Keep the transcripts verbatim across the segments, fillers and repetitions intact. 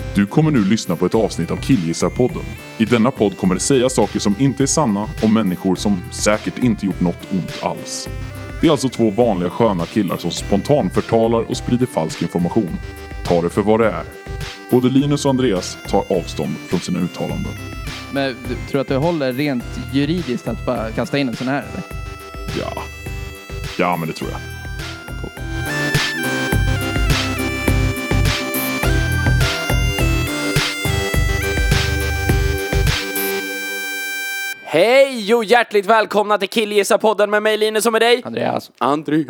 Du kommer nu lyssna på ett avsnitt av Killgissarpodden. I denna podd kommer det säga saker som inte är sanna om människor som säkert inte gjort något ont alls. Det är alltså två vanliga sköna killar som spontant förtalar och sprider falsk information. Ta det för vad det är. Både Linus och Andreas tar avstånd från sina uttalanden. Men du tror att det håller rent juridiskt att bara kasta in en sån här, eller? Ja. Ja, men det tror jag. Hej och hjärtligt välkomna till Killgissarpodden med mig Linus och med dig Andreas. Andreas.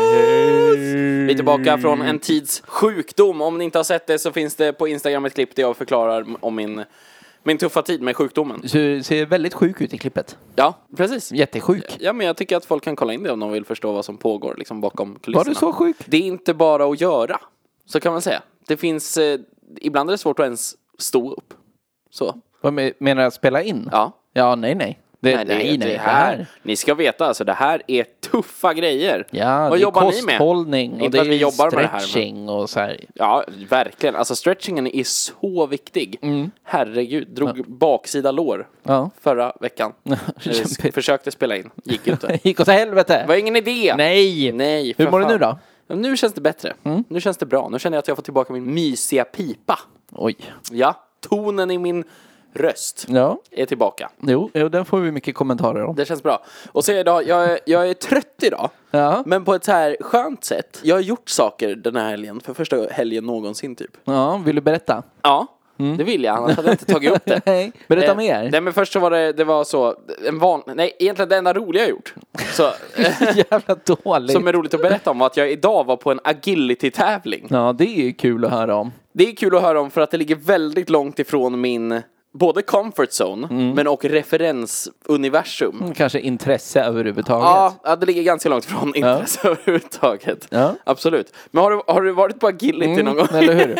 Vi är tillbaka från en tids sjukdom. Om ni inte har sett det så finns det på Instagram ett klipp där jag förklarar om min, min tuffa tid med sjukdomen. Du ser väldigt sjuk ut i klippet. Ja, precis. Jättesjuk. Ja, men jag tycker att folk kan kolla in det om de vill förstå vad som pågår liksom bakom kulisserna. Var du så sjuk? Det är inte bara att göra, så kan man säga. Det finns, eh, ibland är det svårt att ens stå upp. Så. Vad menar jag, spela in? Ja. Ja, nej, nej. Det, Nej, det, nej, nej, det här, ni ska veta, alltså det här är tuffa grejer. Ja, vad det jobbar är ni med? kosthållning och Inte det att vi är jobbar med det här, stretching men... och så här. Ja, verkligen. Alltså stretchingen är så viktig. Mm. Herregud, drog ja. baksida lår ja. förra veckan. Försökte spela in, gick inte. Gick åt helvete. Det var ingen idé. Nej. Nej. Hur mår du nu då? Ja, nu känns det bättre. Mm. Nu känns det bra. Nu känner jag att jag får tillbaka min mysiga pipa. Oj. Ja, tonen i min röst ja. är tillbaka. Jo, jo, den får vi mycket kommentarer om. Det känns bra. Och så idag, jag är, jag är trött idag. Ja. Men på ett så här skönt sätt. Jag har gjort saker den här helgen. För första helgen någonsin typ. Ja, vill du berätta? Ja, mm. det vill jag. Annars hade jag inte tagit upp det. Nej, berätta eh, mer. Nej, men först så var det, det var så. En van, nej, egentligen det enda roliga jag gjort. Så, jävla dåligt. Som är roligt att berätta om var att jag idag var på en agility-tävling. Ja, det är ju kul att höra om. Det är kul att höra om för att det ligger väldigt långt ifrån min... Både comfort zone, mm. men och referensuniversum. Mm, kanske intresse överhuvudtaget. Ja, det ligger ganska långt från intresse ja. överhuvudtaget. Ja. Absolut. Men har du, har du varit på agility mm, någon gång? Eller hur?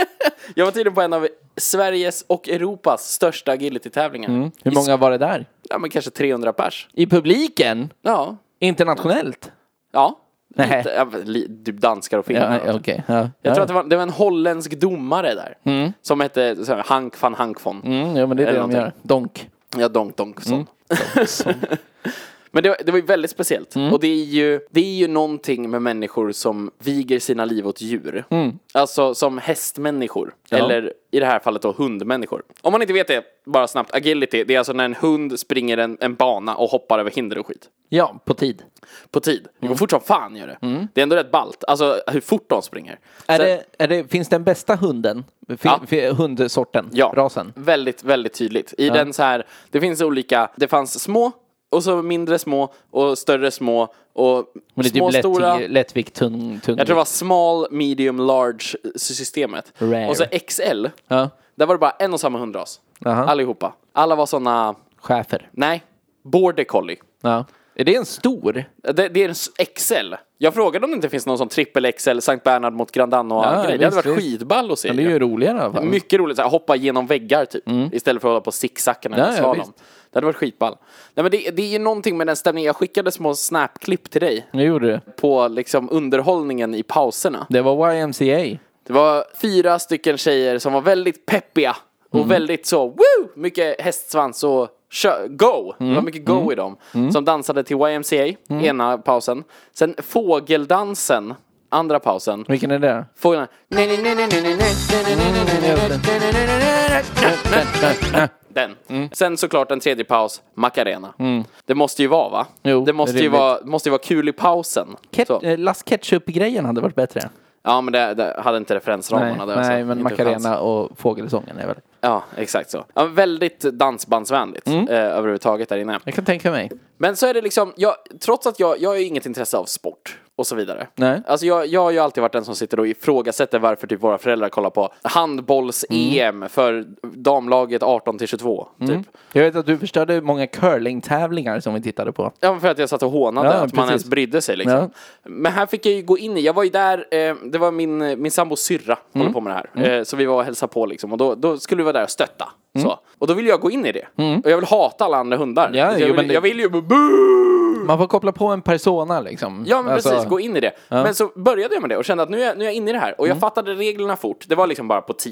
Jag var tydligen på en av Sveriges och Europas största agility-tävlingar. Mm. Hur många var det där? Ja, men kanske trehundra pers. I publiken? Ja. Internationellt? Ja. Nej. Lite, ja, typ danskar och finnar. Ja, okay. ja, jag ja. tror att det var, det var en holländsk domare där. Mm. Som hette så här, Hank van Hankfon. Mm, ja, men det är det de gör. Donk. Ja, Donk Donkson. Mm. Donkson. Men det var, det var ju väldigt speciellt. Mm. Och det är, ju, det är ju någonting med människor som viger sina liv åt djur. Mm. Alltså som hästmänniskor. Ja. Eller i det här fallet då hundmänniskor. Om man inte vet det, bara snabbt. Agility, det är alltså när en hund springer en, en bana och hoppar över hinder och skit. Ja, på tid. På tid. Det går mm. fort som fan gör det. Mm. Det är ändå rätt ballt. Alltså hur fort de springer. Är Sen, det, är det, finns den bästa hunden? Fin, ja. Hundsorten? Ja, rasen? Väldigt, väldigt tydligt. I ja. den så här, det finns olika, det fanns små och så mindre små och större små och men det är små typ stora. Lätt, lättvikt, tung, tung. Jag tror det var small, medium, large systemet. Rare. Och så X L. Ja. Där var det bara en och samma hundras. Aha. Allihopa. Alla var såna chefer. Nej, border collie. Ja. Är det en stor? Det, det är en X L. Jag frågade om det inte finns någon som trippel X L, Sankt Bernhard mot Grandano och ja, grej. Det hade varit visst. skitball att se. Men det är ju roligare i alla fall. Mycket roligt, så här, hoppa genom väggar typ. Mm. Istället för att hålla på zigzackarna eller ja, slalom. Ja, det hade varit skitball. Nej, men det, det är ju någonting med den stämningen. Jag skickade små snapklipp till dig. Jag gjorde det. På liksom underhållningen i pauserna. Det var Y M C A. Det var fyra stycken tjejer som var väldigt peppiga. Och mm. väldigt så, woo! Mycket hästsvans och kö- go. Mm. Det var mycket go mm. i dem. Mm. Som dansade till Y M C A, mm. ena pausen. Sen fågeldansen, andra pausen. Vilken är det? Fågeln. Den. Mm. Sen såklart en tredje paus, Macarena. Mm. Det måste ju vara, va? Jo, det måste det ju vara, måste ju vara kul i pausen. Ket- Las Ketchup-grejen hade varit bättre. Ja, men det, det hade inte referensramarna. Nej, där, nej så men Macarena och fågelsången är väl... Ja, exakt så. Ja, väldigt dansbandsvänligt mm. eh, överhuvudtaget där inne. Jag kan tänka mig. Men så är det liksom, jag, trots att jag, jag har ju inget intresse av sport och så vidare. Nej. Alltså jag, jag har ju alltid varit den som sitter och ifrågasätter varför typ våra föräldrar kollar på handbolls-E M mm. för damlaget arton till tjugotvå. Typ. Mm. Jag vet att du förstörde många curling-tävlingar som vi tittade på. Ja, för att jag satt och hånade ja, att precis. man ens brydde sig liksom. Ja. Men här fick jag ju gå in i, jag var ju där, eh, det var min, min sambos syrra mm. håller på med det här. Mm. Eh, så vi var och hälsade på liksom, och då, då skulle vi vara där och stötta. Mm. Så. Och då vill jag gå in i det. Mm. Och jag vill hata alla andra hundar. Ja, jag, jo, vill, men det... jag vill ju boo! Man får koppla på en persona liksom. Ja, men alltså... precis, gå in i det. Ja. Men så började jag med det och kände att nu är jag, nu är jag inne i det här. Och jag mm. fattade reglerna fort. Det var liksom bara på tid.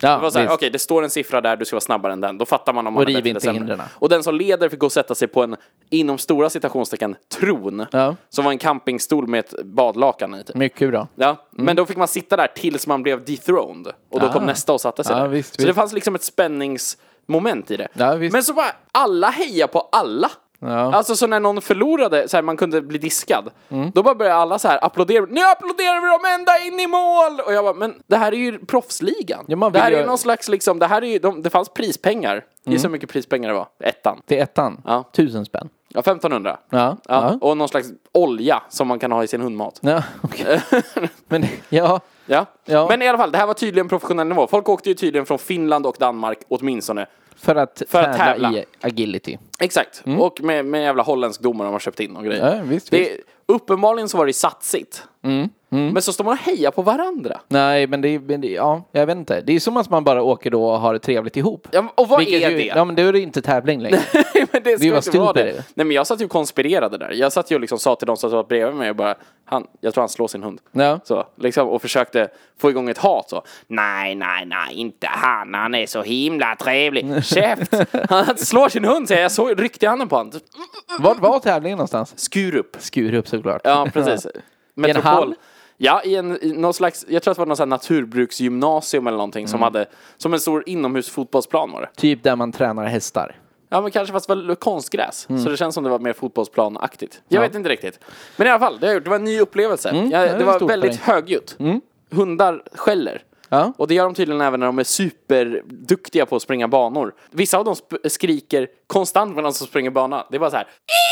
Ja, det var så här, okej, okay, det står en siffra där, du ska vara snabbare än den. Då fattar man om man och riv inte hindren. Och den som leder fick gå och sätta sig på en, inom stora citationstecken, tron. Ja. Som var en campingstol med ett badlakan i. Typ. Mycket bra. Ja, mm. Men då fick man sitta där tills man blev dethroned. Och då ah. kom nästa och satte sig ja, där. Visst, så visst. det fanns liksom ett spänningsmoment i det. Ja, men så bara, alla hejar på alla. Ja. Alltså så när någon förlorade så här, man kunde bli diskad. Mm. Då bara började alla så här applådera. Nu applåderar vi dem ända in i mål. Och jag bara, men det här är ju proffsligan. Ja, det här är ju någon slags liksom, det här är ju, de, det fanns prispengar. Mm. Det är så mycket prispengar det var. Ettan. Det är ettan? Ja. Tusen spänn. Ja, femtonhundra. Ja. Ja. Ja. Och någon slags olja som man kan ha i sin hundmat. Ja, okej. Okay. Men, ja. Ja. Ja. Men i alla fall, det här var tydligen professionell nivå. Folk åkte ju tydligen från Finland och Danmark åtminstone. För att, för att tävla, tävla i agility. Exakt. Mm. Och med, med jävla holländsk domare de har köpt in och grejer. Ja, visst, det, visst. Uppenbarligen så var det satsigt. Mm. Mm. Men så står man och hejar på varandra. Nej, men det är, ja, jag vet inte. Det är som att man bara åker då och har det trevligt ihop. Ja, och vad Vilket är ju, det? Ja, men då är det inte tävling längre. Men det ska det inte vara det. det. Nej, men jag satt ju och konspirerade där. Jag satt ju och liksom sa till de som satt bredvid mig och bara, han, jag tror han slår sin hund. Ja. Så, liksom, och försökte få igång ett hat så. Nej, nej, nej, inte han. Han är så himla trevlig. Käft! Han slår sin hund, så jag såg, ryckte handen på honom. Vart var tävlingen någonstans? Skurup. Skurup såklart. Ja, precis. Metropol. En hall? Ja, i en i någon slags, jag tror att det var någon sån här naturbruksgymnasium eller någonting mm. som hade, som en stor inomhusfotbollsplan var det. Typ där man tränar hästar. Ja, men kanske fast det var konstgräs. Mm. Så det känns som det var mer fotbollsplanaktigt. Jag ja. vet inte riktigt. Men i alla fall, det, har gjort, det var en ny upplevelse. Mm, jag, det var väldigt högljutt. Mm. Hundar skäller. Ja. Och det gör de tydligen även när de är superduktiga på att springa banor. Vissa av dem sp- skriker konstant medan de springer bana. Det är bara så här.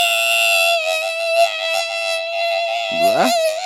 Va?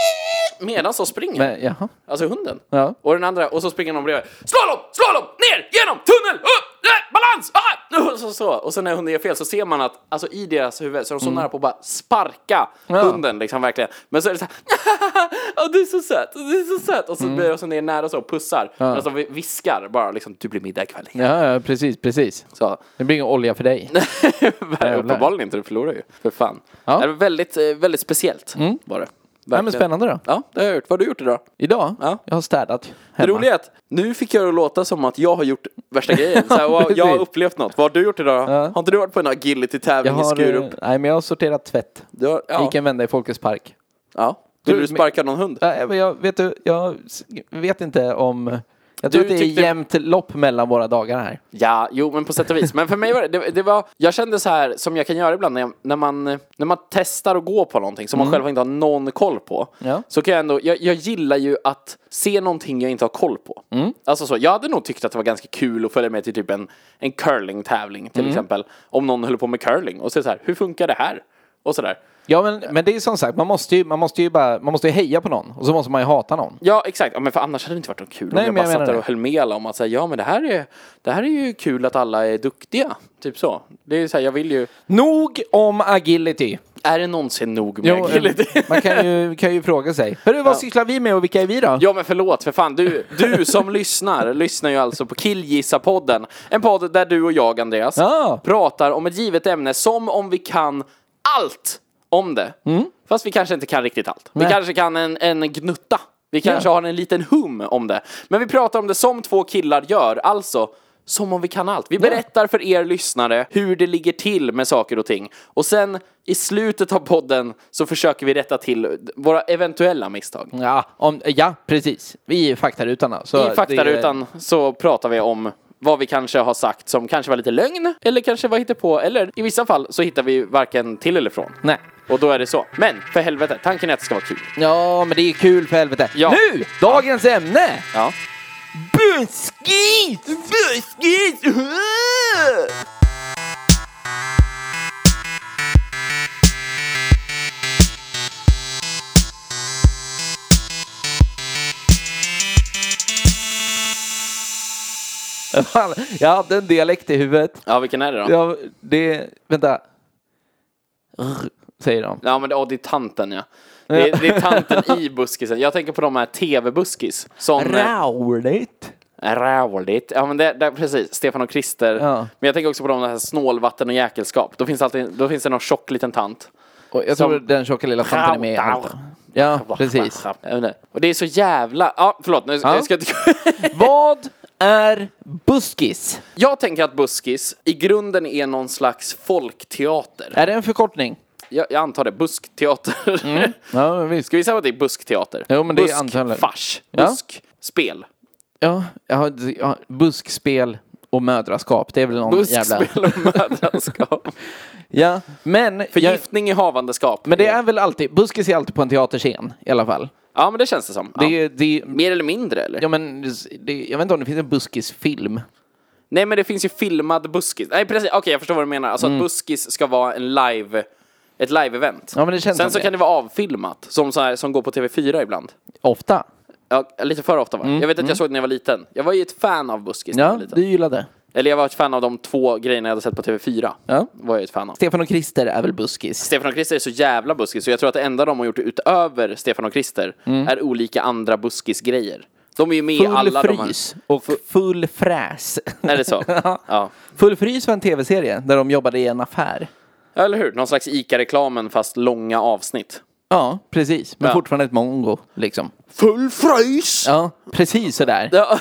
Medan så springer. Men, jaha. Alltså hunden. Ja. Och den andra, och så springer de bredvid. Slå dem! Slå dem! Ner! Genom! Tunnel! Upp! Nej, balans! Ah! Och så, så. Och sen när hunden gör fel så ser man att alltså, i deras huvud så är de så mm. nära på att bara sparka ja. hunden liksom verkligen. Men så är det så här. Åh, du är så söt! Du är så söt! Och så mm. blir de så ner nära så och pussar. Ja. Men alltså viskar bara liksom, du blir middag ikväll. Ja, ja, precis, precis. Så. Det blir ingen olja för dig. Uppenbarligen inte, du förlorar ju. För fan. Ja. Det var väldigt, väldigt speciellt mm. var det. Nej, men spännande då. Ja, det har jag gjort. Vad har du gjort idag? Idag? Ja. Jag har städat hemma. Det roliga är att nu fick jag det låta som att jag har gjort värsta grejen. Så här, och jag har upplevt något. Vad har du gjort idag? Ja. Har inte du varit på en agility-tävling i Skurup? Nej, men jag har sorterat tvätt. Du har, ja. Jag gick en vända i Folkets park. Ja. Vill du sparka någon hund? Nej, men jag vet, du, jag vet inte om... Jag tror du att det är tyckte... jämnt lopp mellan våra dagar här. Ja, jo, men på sätt och vis. Men för mig var det, det, det var, jag kände så här, som jag kan göra ibland när, jag, när, man, när man testar att gå på någonting som mm. man själv inte har någon koll på. Ja. Så kan jag ändå, jag, jag gillar ju att se någonting jag inte har koll på. Mm. Alltså så, jag hade nog tyckt att det var ganska kul att följa med till typ en, en curling-tävling till mm. exempel. Om någon höll på med curling och se så här, hur funkar det här? Och sådär. Ja, men, men det är som sagt, man måste ju, man måste ju bara, man måste ju heja på någon. Och så måste man ju hata någon. Ja, exakt. Ja, men för annars hade det inte varit något kul. Nej, om jag bara jag satt där och höll med alla om att säga, ja men det här är, det här är ju kul att alla är duktiga. Typ så. Det är ju så här, jag vill ju... Nog om agility. Är det någonsin nog med jo, agility? Man kan ju, kan ju fråga sig. Hörru, vad ja. sysslar vi med och vilka är vi då? Ja, men förlåt, för fan. Du, du som lyssnar, lyssnar ju alltså på Killgissa-podden. En podd där du och jag, Andreas, ja. pratar om ett givet ämne som om vi kan allt om det. Mm. Fast vi kanske inte kan riktigt allt. Nej. Vi kanske kan en, en gnutta. Vi kanske ja. har en liten hum om det. Men vi pratar om det som två killar gör. Alltså, som om vi kan allt. Vi berättar ja. för er lyssnare hur det ligger till med saker och ting. Och sen i slutet av podden så försöker vi rätta till våra eventuella misstag. Ja, om, ja precis. Vi är faktarutarna. Så I faktarutan det... så pratar vi om vad vi kanske har sagt som kanske var lite lögn. Eller kanske var hittepå. Eller i vissa fall så hittar vi varken till eller från. Nej. Och då är det så. Men för helvete, tanken är att det ska vara kul. Ja, men det är kul för helvete. Ja. Nu, dagens ja. ämne. Ja. Buskis! Buskis! Jag hade en dialekt i huvudet. Ja, vilken är det då? Ja, det... Vänta. Säger de. Ja, men det, oh, det är tanten, ja. Det är, det är tanten i buskisen. Jag tänker på de här tv-buskis. Som... Rauligt. Rauligt. Ja, men det, det precis. Stefan och Christer. Ja. Men jag tänker också på de här snålvatten och jäkelskap. Då finns, alltid, då finns det någon tjock liten tant. Och jag som... tror den tjocka lilla tanten är med i allt. Ja, precis. Och det är så jävla... Ja, förlåt. Nu ja. ska jag inte... Vad är buskis? Jag tänker att buskis i grunden är någon slags folkteater. Är det en förkortning? Jag, jag antar det. Buskteater. Mm. Ja, visst. Ska vi säga att det är buskteater? Jo, men det är antagligen. Buskfars. Ja. Buskspel. Ja, ja, ja, buskspel och mödraskap. Det är väl någon Buskspel jävla... och mödraskap. Ja, men... Förgiftning jag... i havandeskap. Men det är väl alltid... Buskis är alltid på en teaterscen i alla fall. Ja, men det känns det som. Det, ja. det... Mer eller mindre, eller? Ja, men det... jag vet inte om det finns en buskisfilm. Nej, men det finns ju filmad buskis. Nej, precis. Okej, okay, jag förstår vad du menar. Alltså mm. att buskis ska vara en live... Ett live-event. Ja, men det känns Sen så det. kan det vara avfilmat. Som, så här, som går på T V fyra ibland. Ofta? Ja, lite för ofta va? Mm. Jag vet att jag mm. såg det när jag var liten. Jag var ju ett fan av buskis när ja, jag var liten. du gillade. Eller jag var ett fan av de två grejerna jag hade sett på T V fyra. Ja. Var jag ett fan av. Stefan och Krister är väl buskis? Stefan och Krister är så jävla buskis. Så jag tror att det enda de har gjort utöver Stefan och Krister mm. är olika andra buskisgrejer. De är ju med i alla de här. Full frys och full fräs. Är det så? Ja. Full frys var en tv-serie där de jobbade i en affär. Eller hur? Någon slags ICA-reklamen fast långa avsnitt. Ja, precis. Men ja. fortfarande ett mongo, liksom. Full frys! Ja, precis sådär. Ja.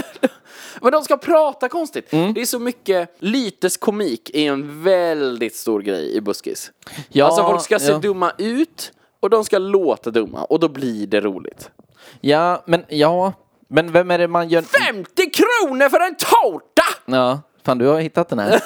Men de ska prata konstigt. Mm. Det är så mycket lyteskomik är en väldigt stor grej i buskis. Ja, alltså folk ska se ja. dumma ut och de ska låta dumma och då blir det roligt. Ja, men ja, men vem är det man gör... femtio kronor för en tårta! Ja, fan du har hittat den här.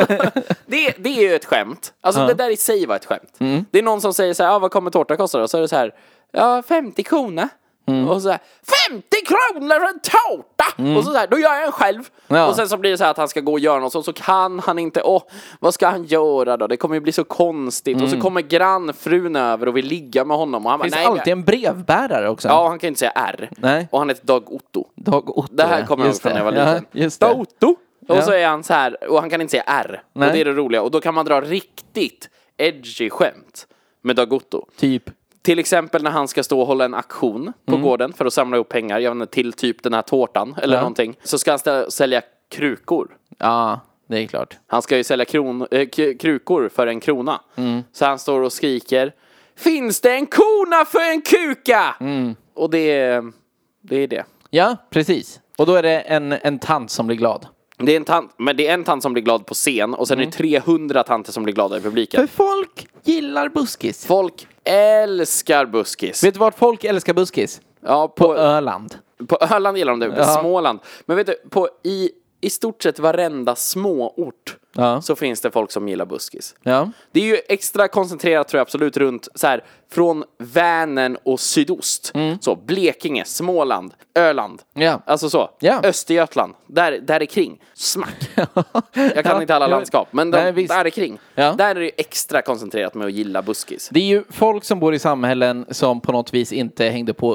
det, det är ju ett skämt. Alltså ja. det där i sig var ett skämt. Mm. Det är någon som säger så här, ah, vad kommer tårta kosta? Och så är det så här, ja, femtio kronor. Mm. Och så här, femtio kronor för en tårta! Mm. Och så, så här, då gör jag en själv. Ja. Och sen så blir det så här att han ska gå och göra något så, så kan han inte, åh, vad ska han göra då? Det kommer ju bli så konstigt. Mm. Och så kommer grannfrun över och vill ligga med honom. Och han finns bara, alltid nej, en brevbärare också. Ja, han kan inte säga R. Nej. Och han heter Dag Otto. Dag Otto. Det här kommer jag ihåg från när jag var liten. Ja, just det. Dag Otto. Och ja. så är han så här, och han kan inte säga R. Nej. Och det är det roliga. Och då kan man dra riktigt edgy skämt med Dag Otto. Typ. Till exempel när han ska stå och hålla en aktion på mm. gården för att samla upp pengar, jag vet inte, till typ den här tårtan eller ja. någonting. Så ska han stä- sälja krukor. Ja, det är klart. Han ska ju sälja kron- äh, k- krukor för en krona. Mm. Så han står och skriker, finns det en kona för en kuka? Mm. Och det är, det är det. Ja, precis. Och då är det en, en tant som blir glad. Det är en tant, men det är en tant som blir glad på scen och sen mm. är det trehundra tanter som blir glada i publiken. För folk gillar buskis. Folk älskar buskis. Vet du vart folk älskar buskis? Ja, på, på Öland. På Öland gillar de det, på ja. Småland. Men vet du, på, i, i stort sett varenda småort ja. så finns det folk som gillar buskis. Ja. Det är ju extra koncentrerat tror jag absolut runt så här från Vänern och sydost. Mm. Så Blekinge, Småland, Öland. Ja. Alltså så. Ja. Östergötland. Där, där är kring. Smack. Jag kan ja. inte alla landskap. Men de, Nej, där är kring. Ja. Där är det extra koncentrerat med att gilla buskis. Det är ju folk som bor i samhällen som på något vis inte hängde på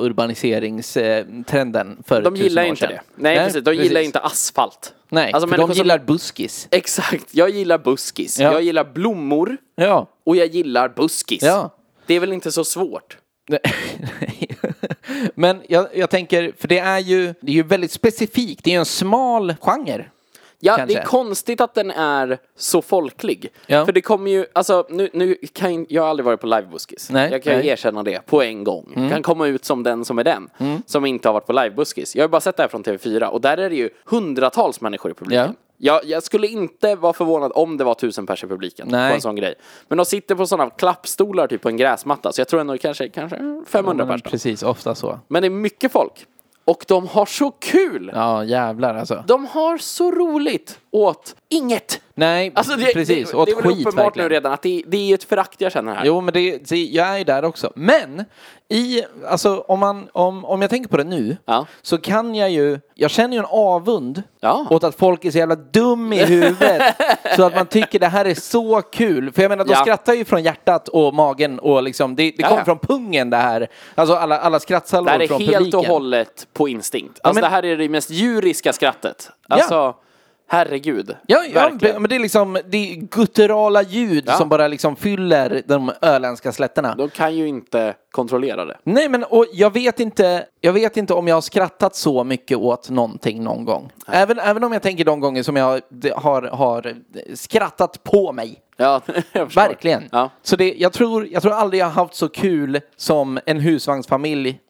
urbaniseringstrenden för de gillar år inte sedan. det. Nej, Nej precis. De precis. gillar inte asfalt. Nej, alltså, för de gillar som... buskis. Exakt. Jag gillar buskis. Ja. Jag gillar blommor. Ja. Och jag gillar buskis. Ja. Det är väl inte så svårt. Men jag, jag tänker, för det är ju det är ju väldigt specifikt. Det är ju en smal genre. Ja, kanske. Det är konstigt att den är så folklig. Ja. För det kommer ju, alltså nu, nu kan jag har aldrig varit på livebuskis. Nej, jag kan nej. erkänna det på en gång. Mm. Kan komma ut som den som är den. Mm. Som inte har varit på livebuskis. Jag har bara sett det här från T V fyra. Och där är det ju hundratals människor i publiken. Ja. Jag, jag skulle inte vara förvånad om det var tusen pers i publiken. Nej. På en sån grej. Men de sitter på sådana klappstolar typ på en gräsmatta. Så jag tror ändå kanske, kanske femhundra ja, pers. Precis, ofta så. Men det är mycket folk. Och de har så kul. Ja, jävlar alltså. De har så roligt åt inget. Nej, alltså det, precis. Det, åt det är väl skit uppenbart verkligen. nu redan att det, det är ett förakt jag känner här. Jo, men det, det, jag är ju där också. Men i, alltså, om, man, om, om jag tänker på det nu ja. så kan jag ju, jag känner ju en avund ja. åt att folk är så jävla dum i huvudet så att man tycker det här är så kul. För jag menar, de ja. skrattar ju från hjärtat och magen och liksom, det, det kommer ja. från pungen det här. Alltså alla, alla skrattsalvor från publiken. Det här är helt och hållet på instinkt. Alltså ja, men, det här är det mest djuriska skrattet. Alltså... Ja. Herregud. Ja, ja, men det är liksom det är gutturala ljud ja. som bara liksom fyller de öländska slätterna. De kan ju inte kontrollera det. Nej, men och jag vet inte jag vet inte om jag har skrattat så mycket åt någonting någon gång. Även, även om jag tänker de gånger som jag har, har skrattat på mig. Ja, verkligen. Ja. Så det, jag tror jag tror aldrig jag har haft så kul som en husvagnsfamilj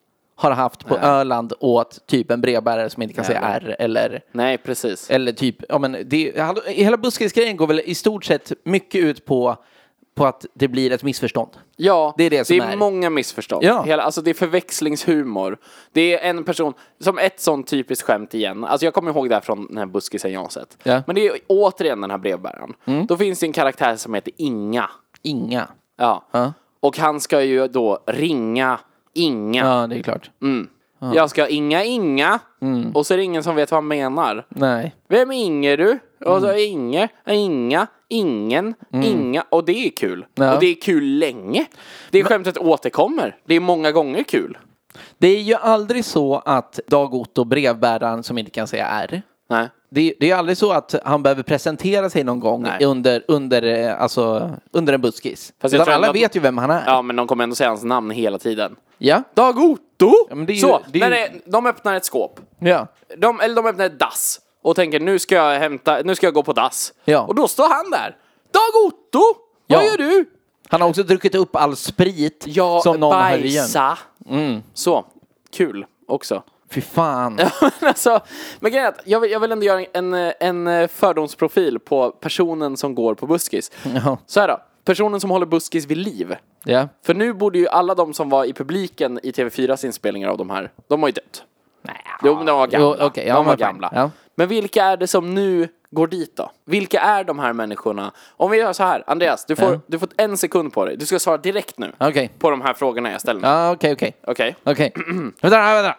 har haft på Nej. Öland åt typ en brevbärare som inte kan säga R eller... Nej, precis. Eller typ, ja men det, hela buskisgrejen går väl i stort sett mycket ut på, på att det blir ett missförstånd. Ja, det är, det som det är, är många missförstånd. Ja. Hela, alltså det är förväxlingshumor. Det är en person, som ett sånt typiskt skämt igen. Alltså jag kommer ihåg det här från den här buskisen jag har sett. Ja. Men det är återigen den här brevbäraren. Mm. Då finns det en karaktär som heter Inga. Inga. Ja. Ja. Och han ska ju då ringa Inga. Ja, det är klart. Mm. Ja. Jag ska Inga Inga. Mm. Och så är det ingen som vet vad han menar. Nej. Vem är Inge du? Och så är Inge, Inga, ingen, mm. Inga. Och det är kul. Ja. Och det är kul länge. Det är skämtet återkommer. Det är många gånger kul. Det är ju aldrig så att Dag Otto, brevbäraren som inte kan säga R. Nej. Det, det är aldrig så att han behöver presentera sig någon gång under, under, alltså, under en buskis. Fast alla att... vet ju vem han är. Ja, men de kommer ändå säga hans namn hela tiden. Ja. Dag Otto! Ja, men det är ju, så, det är när ju... det, de öppnar ett skåp. Ja. De, eller de öppnar ett dass. Och tänker, nu ska jag hämta, nu ska jag gå på dass. Ja. Och då står han där. Dag Otto! Vad ja. gör du? Han har också druckit upp all sprit ja, som någon bajsa. höll igen. Mm. Så, kul också. Fy fan. alltså, men grejen är att jag vill, jag vill ändå göra en, en fördomsprofil på personen som går på buskis. Ja. Så här då, personen som håller buskis vid liv. Ja. För nu borde ju alla de som var i publiken i T V fyras inspelningar av de här, de har ju dött. Nej. De, de var gamla. Jo, okay, ja, de var gamla. Ja. Men vilka är det som nu går dit då? Vilka är de här människorna? Om vi gör så här, Andreas, du får, ja. du får en sekund på dig. Du ska svara direkt nu okay. på de här frågorna jag ställer. Ja, okej, okej. Okej. Okej. Vänta, vänta.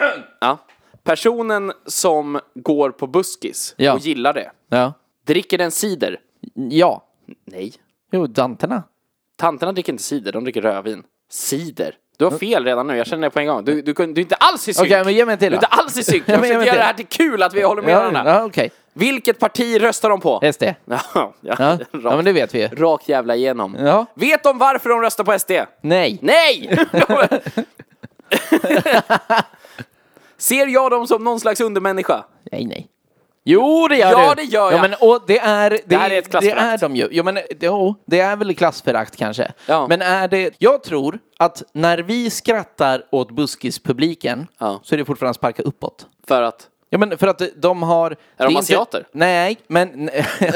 Ja. Personen som går på buskis ja. och gillar det. Ja. Dricker den cider? Ja. Nej. Jo, tanterna. Tanterna dricker inte cider, de dricker rövin. Cider? Du har fel redan nu, jag känner det på en gång. Du, du, du, du är inte alls i synk. Okej, okay, men ge mig till då. Du är inte alls i synk. Jag försöker göra det här till kul att vi håller med varandra. Ja, okej. Okay. Vilket parti röstar de på? S D. Ja, ja, ja. Rak, ja men det vet vi. Rak jävla igenom. Ja. Vet de varför de röstar på S D? Nej. Nej! Ser jag dem som någon slags undermänniska? Nej, nej. Jo, det gör ja, du. det gör jag. Ja, men, och det är, det, det här är ett klassförakt. Det är de ju. Jo, men jo, det är väl klassförakt kanske. Ja. Men är det... Jag tror att när vi skrattar åt buskispubliken ja. så är det fortfarande sparka uppåt. För att? Ja, men för att de har... Är de asiater? Inte, nej, men...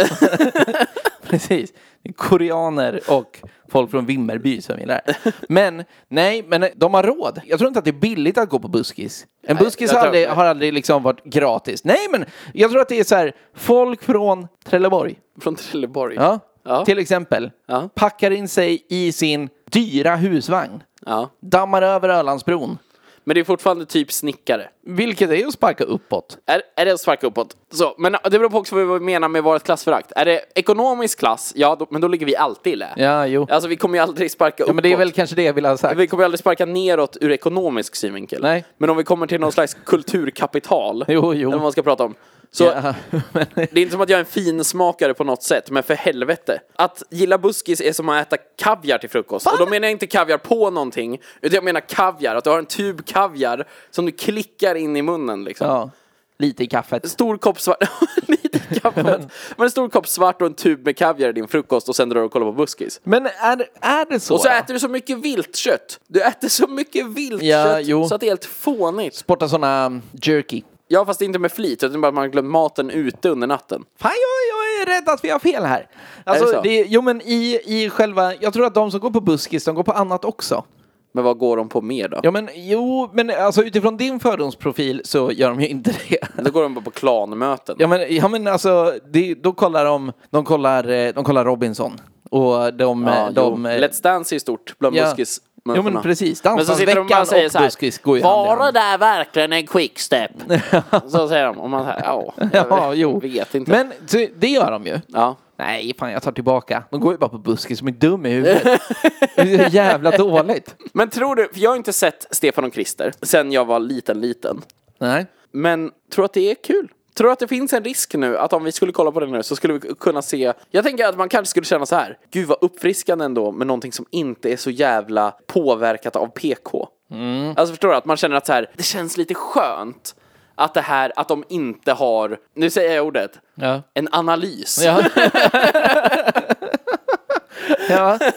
Precis. Koreaner och folk från Vimmerby som gillar det. Men, nej, men de har råd. Jag tror inte att det är billigt att gå på buskis. En nej, buskis har aldrig, har aldrig liksom varit gratis. Nej, men jag tror att det är så här, folk från Trelleborg. Från Trelleborg? Ja, ja. Till exempel. Ja. Packar in sig i sin dyra husvagn. Ja. Dammar över Ölandsbron. Men det är fortfarande typ snickare. Vilket är att sparka uppåt. Är, är det att sparka uppåt? Så, men det beror på också vad vi menar med vårt klassförakt. Är det ekonomisk klass? Ja, då, men då ligger vi alltid i lä. Ja, jo. Alltså vi kommer ju aldrig sparka uppåt. Ja, men det är väl kanske det jag vill ha sagt. Vi kommer ju aldrig sparka neråt ur ekonomisk synvinkel. Nej. Men om vi kommer till någon slags kulturkapital. Jo, jo. Eller vad man ska prata om. Så ja. Det är inte som att jag är en fin smakare på något sätt, men för helvete. Att gilla buskis är som att äta kaviar till frukost. Fan. Och då menar jag inte kaviar på någonting, utan jag menar kaviar. Att du har en tub kaviar som du klickar in i munnen liksom. Ja. Lite i kaffet. Stor kopp svart. Lite i kaffet. Men en stor kopp svart och en tub med kaviar i din frukost och sen drar du och kollar på buskis. Men är, är det så? Och så då? äter du så mycket viltkött. Du äter så mycket viltkött ja, jo. så att det är helt fånigt. Sporta såna um, jerky. Ja, fast inte med flit, utan bara att man har glömt maten ute under natten. Fan, jag, jag är rädd att vi har fel här. Alltså, är det så? Det, jo, men i, i själva... Jag tror att de som går på buskis, de går på annat också. Men vad går de på mer då? Ja, men jo, men alltså utifrån din fördomsprofil så gör de ju inte det. Då går de bara på klanmöten. Ja, men, ja, men alltså, det, då kollar de... De kollar, de kollar Robinson. Och de... Ja, de Let's Dance är stort bland ja. buskis. Jo, men precis. Dansbandsveckan och, och buskis går ju hand i hand. Var det där verkligen en quickstep? Så säger de. Och man säger, ja, ja, jo. Vet inte. Men det gör de ju. Ja. Nej, fan, jag tar tillbaka. De går ju bara på buskis som är dum i huvudet. Det är jävla dåligt. Men tror du, för jag har inte sett Stefan och Krister sen jag var liten, liten. Nej. Men tror att det är kul? Tror du att det finns en risk nu att om vi skulle kolla på det nu så skulle vi kunna se... Jag tänker att man kanske skulle känna så här. Gud vad uppfriskande ändå med någonting som inte är så jävla påverkat av P K. Mm. Alltså förstår du att man känner att så här, det känns lite skönt att det här, att de inte har, nu säger jag ordet, ja. en analys. Ja. Ja.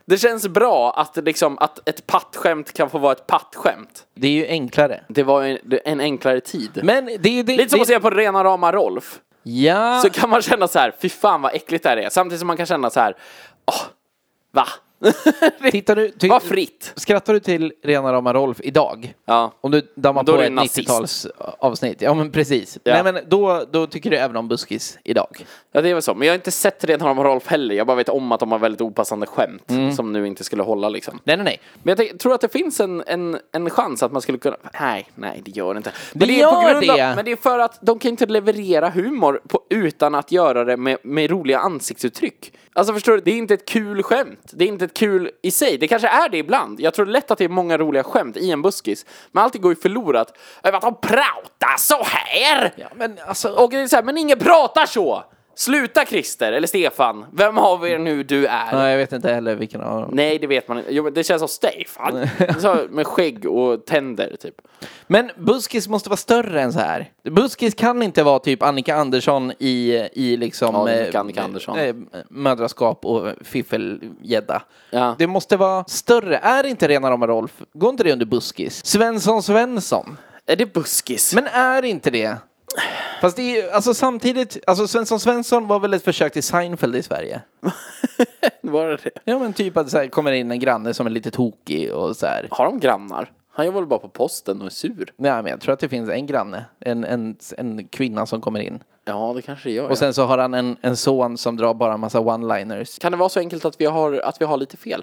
Det känns bra att, liksom, att ett pattskämt kan få vara ett pattskämt. Det är ju enklare. Det var en, en enklare tid. Men det är ju det, lite som det, att se på rena rama Rolf. Ja. Så kan man känna så här, fy fan vad äckligt det här är. Samtidigt som man kan känna så här, åh, va? Tittar du, ty, Var fritt. Skrattar du till rena rama Rolf idag? Ja. Om du dammar då på är ett det nittio-tals avsnitt. Ja, men precis. Ja. Nej, men då, då tycker du även om buskis idag. Ja, det är väl så. Men jag har inte sett rena rama Rolf heller. Jag bara vet om att de har väldigt opassande skämt mm. som nu inte skulle hålla liksom. Nej, nej, nej. Men jag tänk, tror att det finns en, en, en chans att man skulle kunna... Nej, nej, det gör det inte. Men det, det är gör på grund det. Av, men det är för att de kan inte leverera humor på, utan att göra det med, med roliga ansiktsuttryck. Alltså förstår du, det är inte ett kul skämt. Det är inte ett kul i sig. Det kanske är det ibland. Jag tror lätt att det är många roliga skämt i en buskis. Men alltid går ju förlorat över att de pratar så här. Ja, men alltså... Och det är så här, men ingen pratar så. Sluta Christer, eller Stefan. Vem av er nu du är? Nej, jag vet inte heller vilken av dem. Nej, det vet man inte. Jo, men det känns som Stefan. Så med skägg och tänder, typ. Men buskis måste vara större än så här. Buskis kan inte vara typ Annika Andersson i, i liksom... Ja, det är Annika Andersson. Äh, mödraskap och fiffelgädda. Ja. Det måste vara större. Är inte rena rama Rolf? Går inte det under buskis? Svensson Svensson. Är det buskis? Men är inte det? Fast det är alltså samtidigt, alltså Svensson Svensson var väl ett försök till Seinfeld i Sverige. Var det det? Ja, men typ att så här kommer in en granne som är lite tokig och så här. Har de grannar? Han jobbar väl bara på posten och är sur. Nej, men jag tror att det finns en granne, en, en, en kvinna som kommer in. Ja, det kanske det gör. Och sen så har han en, en son som drar bara en massa one-liners. Kan det vara så enkelt att vi har, att vi har lite fel?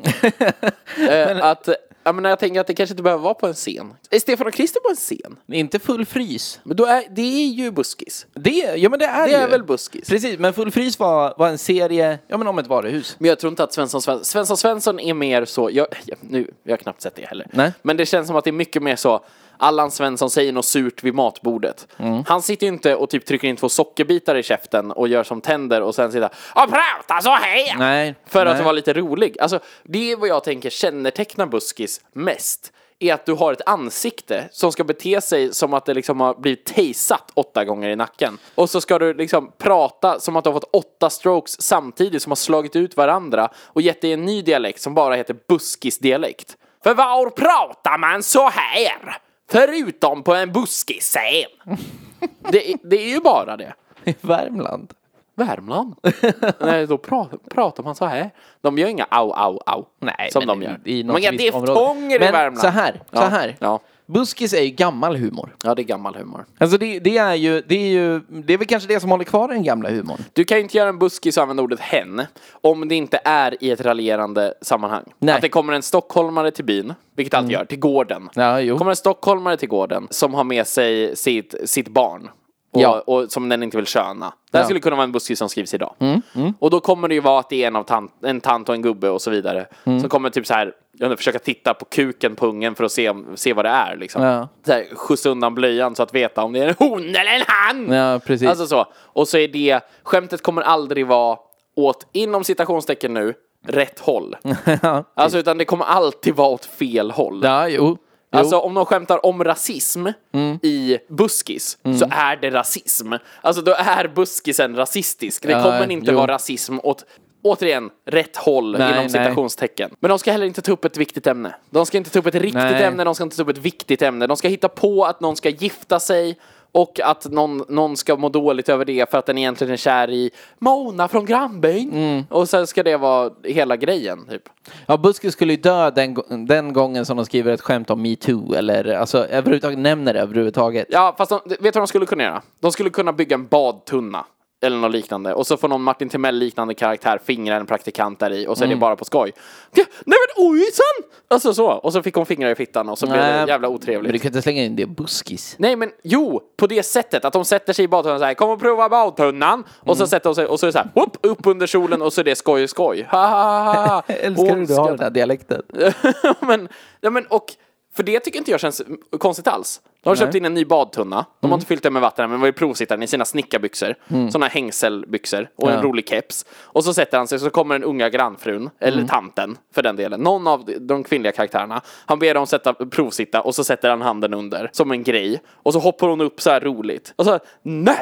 eh, att... Ja, men jag tänker att det kanske inte behöver vara på en scen. Är Stefan och Christer på en scen? Inte full frys. Men då är, det är ju buskis. Det, ja, men det är Det ju. är väl buskis. Precis, men full frys var, var en serie, ja, men om ett varuhus. Men jag tror inte att Svensson Svensson, Svensson Svensson är mer så, jag, jag, nu, jag har knappt sett det heller. Nej. Men det känns som att det är mycket mer så, Allan Svensson säger något surt vid matbordet. Mm. Han sitter ju inte och typ trycker in två sockerbitar i käften och gör som tänder och sen sitter och pratar så här. Nej. För Nej. att vara lite rolig. Alltså, det är vad jag tänker kännetecknar buskis mest. Är att du har ett ansikte som ska bete sig som att det liksom har blivit tejsat åtta gånger i nacken. Och så ska du liksom prata som att du har fått åtta strokes samtidigt som har slagit ut varandra och gett dig en ny dialekt som bara heter buskisdialekt. För var pratar man så här? Förutom på en buskisscen. det, det är ju bara det. I Värmland. Värmland? Nej, då pratar, pratar man så här. De gör inga au, au, au. Nej, som men de gör. I Men inga diftonger i Värmland. Så här, ja. så här. Ja. Buskis är ju gammal humor. Ja, det är gammal humor. Alltså det, det är ju, det är ju, det är väl kanske det som håller kvar den gamla humorn. Du kan ju inte göra en buskis och använda ordet hen om det inte är i ett raljerande sammanhang. Nej. Att det kommer en stockholmare till byn, vilket alltid gör, till gården. Ja, jo. Kommer en stockholmare till gården som har med sig sitt, sitt barn. Och, Ja. och som den inte vill köna. Det här Ja. skulle kunna vara en buskis som skrivs idag. Mm, mm. Och då kommer det ju vara att det är en av tant, en tant och en gubbe och så vidare. Mm. Som kommer typ så här, jag vet, försöka titta på kuken på ungen för att se, om, se vad det är liksom. Ja. Så här, skjuts undan blöjan så att veta om det är en hon eller en han. Ja, precis. Alltså så. Och så är det, skämtet kommer aldrig vara åt, inom citationstecken nu, rätt håll. Ja. Alltså utan det kommer alltid vara åt fel håll. Ja, jo. Jo. Alltså om de skämtar om rasism mm. i buskis mm. så är det rasism. Alltså då är buskisen rasistisk. Det ja, kommer inte jo. vara rasism åt, återigen, rätt håll nej, inom citationstecken. Nej. Men de ska heller inte ta upp ett viktigt ämne. De ska inte ta upp ett riktigt nej. ämne, de ska inte ta upp ett viktigt ämne. De ska hitta på att någon ska gifta sig och att någon, någon ska må dåligt över det för att den egentligen är kär i Mona från grannbyn. Mm. Och sen ska det vara hela grejen, typ. Ja, Buskis skulle ju dö den, den gången som de skriver ett skämt om MeToo. Eller alltså, överhuvudtaget nämner det överhuvudtaget. Ja, fast de, vet du vad de skulle kunna göra? De skulle kunna bygga en badtunna. Eller något liknande. Och så får någon Martin Timell liknande karaktär fingra en praktikant där i. Och så är Mm. det bara på skoj. Nej men ojsan! Alltså så. Och så fick hon fingrar i fittan. Och så blev det jävla otrevligt. Men du kan inte slänga in det buskis. Nej men jo, på det sättet. Att de sätter sig i badtunnan och säger kom och prova badtunnan. Mm. Och så sätter de sig och så är det så här. Whoop, upp under solen och så är det skoj skoj. Ha, ha, ha, ha. Älskar du du har den här dialekten. men, ja, men och för det tycker inte jag känns konstigt alls. De har Nej. köpt in en ny badtunna. De mm. har inte fyllt den med vatten men var ju provsittaren i sina snickarbyxor. Mm. Såna hängselbyxor och ja. en rolig keps. Och så sätter han sig så kommer den unga grannfrun. Eller mm. tanten för den delen. Någon av de kvinnliga karaktärerna. Han ber dem sätta, provsitta och så sätter han handen under. Som en grej. Och så hoppar hon upp så här roligt. Och så nej! Och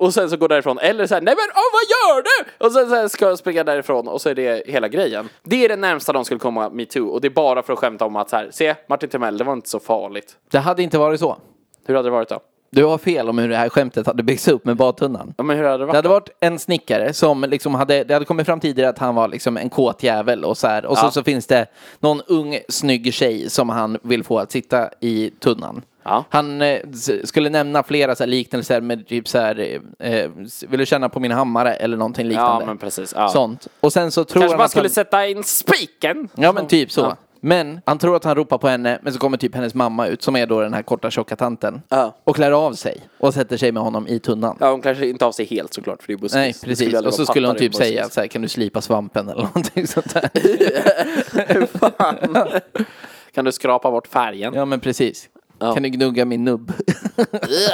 och sen så går därifrån. Eller så här, nej men åh, vad gör du? Och sen så här, ska jag springa därifrån och så är det hela grejen. Det är det närmsta de skulle komma MeToo. Och det är bara för att skämta om att så här, se Martin Timell, det var inte så farligt. Det hade inte varit så. Hur hade det varit då? Du har fel om hur det här skämtet hade byggts upp med badtunnan. Ja, men hur hade det varit? Det hade varit en snickare som liksom hade, det hade kommit fram tidigare att han var liksom en kåt jävel och så här. Och ja. så, så finns det någon ung, snygg tjej som han vill få att sitta i tunnan. Ja. Han eh, skulle nämna flera så här liknelser med typ så här, eh, vill du känna på min hammare eller någonting liknande. Ja, men precis. Ja. Sånt. Och sen så tror Kanske han man att skulle han... sätta in spiken. Ja, men typ så. Ja. Men han tror att han ropar på henne, men så kommer typ hennes mamma ut, som är då den här korta tjocka tanten. Ja. Och klär av sig och sätter sig med honom i tunnan. Ja, hon kanske inte av sig helt såklart, för det är buskis. Nej, precis. Och så skulle hon typ säga så här, kan du slipa svampen eller någonting sånt där. Hur fan? Kan du skrapa bort färgen? Ja, men precis. Ja. Kan du gnugga min nubb? Det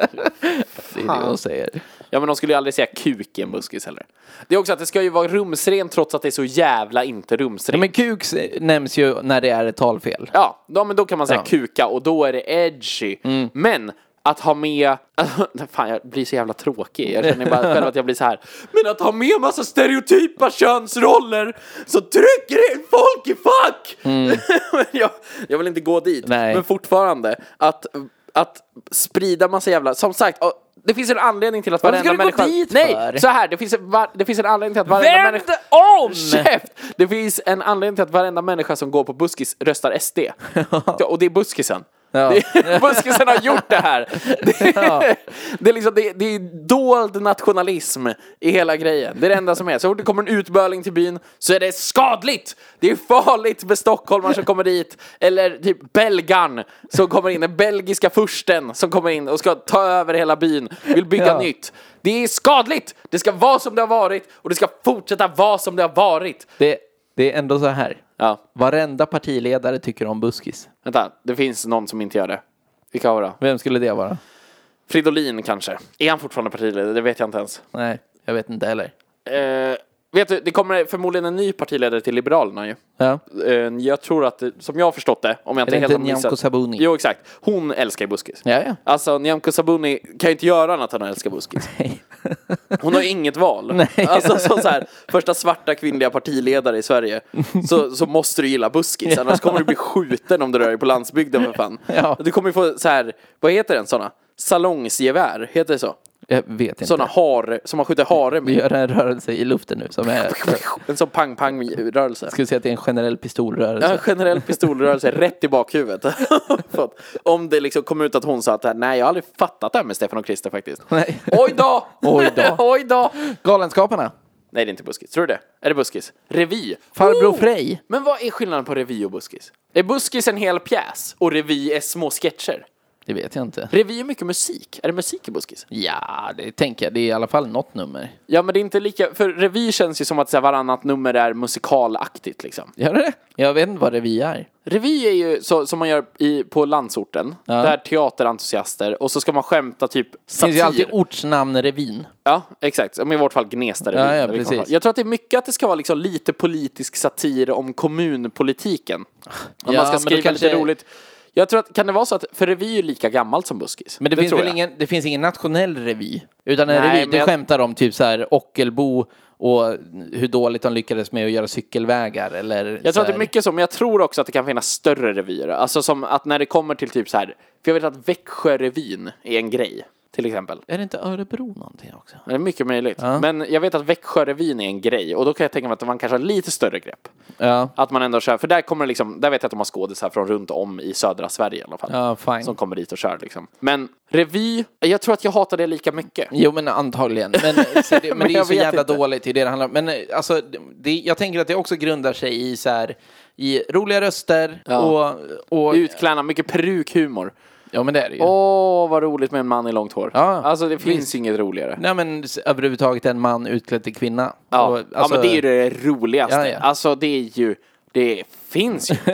är det hon säger. Ja, men de skulle ju aldrig säga kuk i en buskis heller. Det är också att det ska ju vara rumsrent trots att det är så jävla inte rumsrent. Ja, men kuk nämns ju när det är ett talfel. Ja, då, men då kan man säga ja. kuka och då är det edgy. Mm. Men att ha med... Fan, jag blir så jävla tråkig. Jag känner bara själv att jag blir så här. Men att ha med massa stereotypa könsroller så trycker in folk i fack! Mm. jag, jag vill inte gå dit. Nej. Men fortfarande, att, att sprida massa jävla... Som sagt... Det finns en anledning till att varenda människa... Nej, för? så här, det finns, en, var... det finns en anledning till att varenda Vänd människa... om! Käft! Det finns en anledning till att varenda människa som går på buskis röstar S D. Och det är buskisen. Ja. Det, buskisen har gjort det här. Det, ja. det, är liksom, det, det är dold nationalism i hela grejen. Det är det enda som är. Så fort det kommer en utböling till byn så är det skadligt. Det är farligt med stockholmar som kommer dit. Eller typ belgan som kommer in. Den belgiska fursten som kommer in och ska ta över hela byn. Vill bygga ja. nytt. Det är skadligt. Det ska vara som det har varit. Och det ska fortsätta vara som det har varit. Det, det är ändå så här. Ja. Varenda partiledare tycker om buskis. Vänta, det finns någon som inte gör det. Vilka har det? Vem skulle det vara? Fridolin kanske. Är han fortfarande partiledare? Det vet jag inte ens. Nej, jag vet inte heller. Eh, vet du, det kommer förmodligen en ny partiledare till Liberalerna ju. Ja. Eh, jag tror att, som jag har förstått det, om jag inte helt Nyamko Sabuni. Jo, exakt. Hon älskar ju buskis. Ja, ja. Alltså, Nyamko Sabuni kan ju inte göra annat än att älska buskis. Nej. Hon har inget val. Nej. Alltså, så, så här, första svarta kvinnliga partiledare i Sverige, så, så måste du gilla buskis. Ja. Annars kommer du bli skjuten om du rör dig på landsbygden, för fan. Ja. Du kommer ju få så här, vad heter den såna? Salongsgevär, heter det så? Jag vet inte. Såna hare, som man skjuter hare med. Vi gör en rörelse i luften nu som är... En sån pang-pang-rörelse. Ska vi säga att det är en generell pistolrörelse? Ja, en generell pistolrörelse rätt i bakhuvudet. Om det liksom kom ut att hon sa att nej, jag har aldrig fattat det här med Stefan och Christer faktiskt. Nej. Oj då! Oj då! Oj då! Galenskaparna? Nej, det är inte buskis. Tror du det? Är det buskis? Revy? Farbror oh! Frej? Men vad är skillnaden på revy och buskis? Är buskis en hel pjäs och revy är små sketcher? Det vet jag inte. Revy är mycket musik. Är det musik i buskis? Ja, det tänker jag. Det är i alla fall något nummer. Ja, men det är inte lika... För revy känns ju som att så här, varannat nummer är musikalaktigt liksom. Gör det? Jag vet inte vad revy är. Revy är ju så, som man gör i, på landsorten. Ja. Där teaterentusiaster. Och så ska man skämta typ satir. Det finns ju alltid ortsnamn revyn. Ja, exakt. Men i vårt fall Gnesta revyn. Ja, ja, precis. Jag tror att det är mycket att det ska vara liksom lite politisk satir om kommunpolitiken. Om ja, man ska skriva kanske... lite roligt. Jag tror att, kan det vara så att, för revy är lika gammalt som buskis? Men det, det finns väl ingen, det finns ingen nationell revy. Utan en Nej, revy, det jag... skämtar om typ så här Ockelbo och hur dåligt de lyckades med att göra cykelvägar eller jag tror att det är mycket så, men jag tror också att det kan finnas större revyer. Alltså som att när det kommer till typ så här, för jag vet att Växjö-revyn är en grej. Till exempel. Är det inte Örebro någonting också? Det är mycket möjligt. Ja. Men jag vet att Växjö-revyn är en grej. Och då kan jag tänka mig att man kanske har lite större grepp. Ja. Att man ändå kör. För där kommer det liksom, där vet jag att de har skådisar från runt om i södra Sverige i alla fall. Ja, fine. Som kommer dit och kör liksom. Men revy, jag tror att jag hatar det lika mycket. Jo, men antagligen. Men, så det, men, men det är så jävla inte. dåligt i det det handlar om. Men alltså, det, jag tänker att det också grundar sig i så här, i roliga röster ja. och, och... utklädna, mycket perukhumor. Ja, men det är det ju. Åh, vad roligt med en man i långt hår. Ja, alltså det finns visst. inget roligare. Nej, men överhuvudtaget en man utklädd till kvinna. Ja, och, alltså... ja men det är ju det roligaste. Ja, ja. Alltså det är ju, det finns ju.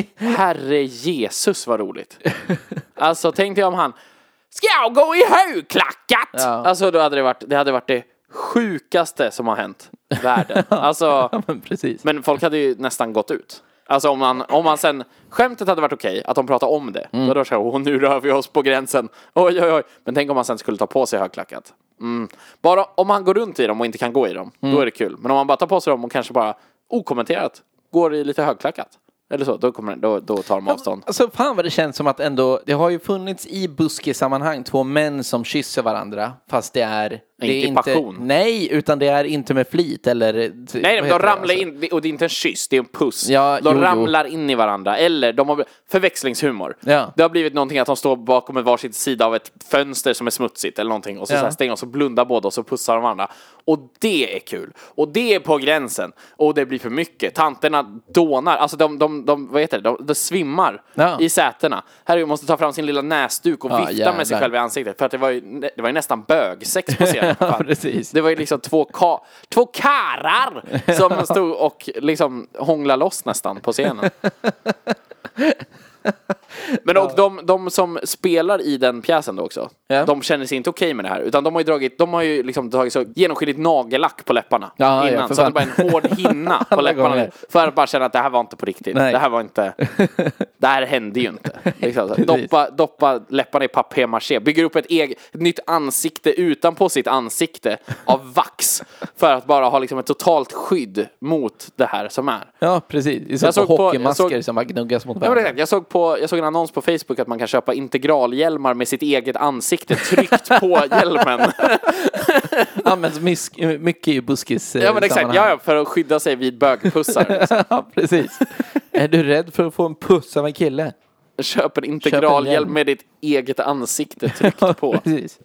Herre Jesus, vad roligt. Alltså tänkte jag om han, ska jag gå i högklackat? Ja. Alltså då hade det varit, det hade varit det sjukaste som har hänt i världen. Alltså, ja, men precis. Men folk hade ju nästan gått ut. Alltså om man, om man sen, skämtet hade varit okej, att de pratar om det. Mm. Då då så, åh, nu rör vi oss på gränsen. Oj, oj, oj. Men tänk om man sen skulle ta på sig högklackat. Mm. Bara om man går runt i dem och inte kan gå i dem, mm. då är det kul. Men om man bara tar på sig dem och kanske bara okommenterat går i lite högklackat. Eller så, då, kommer, då, då tar de avstånd. Ja, alltså fan vad det känns som att ändå, det har ju funnits i buskisammanhang två män som kysser varandra. Fast det är... Det är inte passion. Nej, utan det är inte med flit eller... Nej, de ramlar alltså? in, och det är inte en kyss, det är en puss. Ja, de jo, ramlar jo. in i varandra, eller de har förväxlingshumor. Ja. Det har blivit någonting att de står bakom en varsitt sida av ett fönster som är smutsigt eller någonting. Och så, ja. så här stänger de, så blundar båda och så pussar de varandra. Och det är kul. Och det är på gränsen. Och det blir för mycket. Tanterna dånar, alltså de, de, de vad heter det, de, de svimmar ja. i sätena. Här måste ta fram sin lilla näsduk och ja, vifta jävlar. med sig själv i ansiktet. För att det var ju, det var ju nästan bögsex på scenen. Ja, precis. Det var ju liksom två, ka- två karar som stod och liksom hånglade loss nästan på scenen. Men och de, de som spelar i den pjäsen då också, yeah. de känner sig inte okej med det här. Utan de har ju dragit, de har ju liksom tagit så genomskinligt nagellack på läpparna ja, innan. Ja, så att det bara är en hård hinna på läpparna. För att bara känna att det här var inte på riktigt. Nej. Det här var inte, det här hände ju inte. Liksom. Doppa, doppa läpparna i papier-maché. Bygger upp ett, eget, ett nytt ansikte utanpå sitt ansikte av vax. För att bara ha liksom ett totalt skydd mot det här som är. Ja, precis. Jag såg på hockeymasker såg, som bara gnuggas mot varandra. Ja, jag såg på Jag såg en annons på Facebook att man kan köpa integralhjälmar med sitt eget ansikte tryckt på hjälmen. Används mis- mycket i buskis Ja men exakt, ja, för att skydda sig vid bögpussar. Liksom. Ja, precis. Är du rädd för att få en puss av en kille? Köp en integralhjälm med ditt eget ansikte tryckt ja, på. Precis.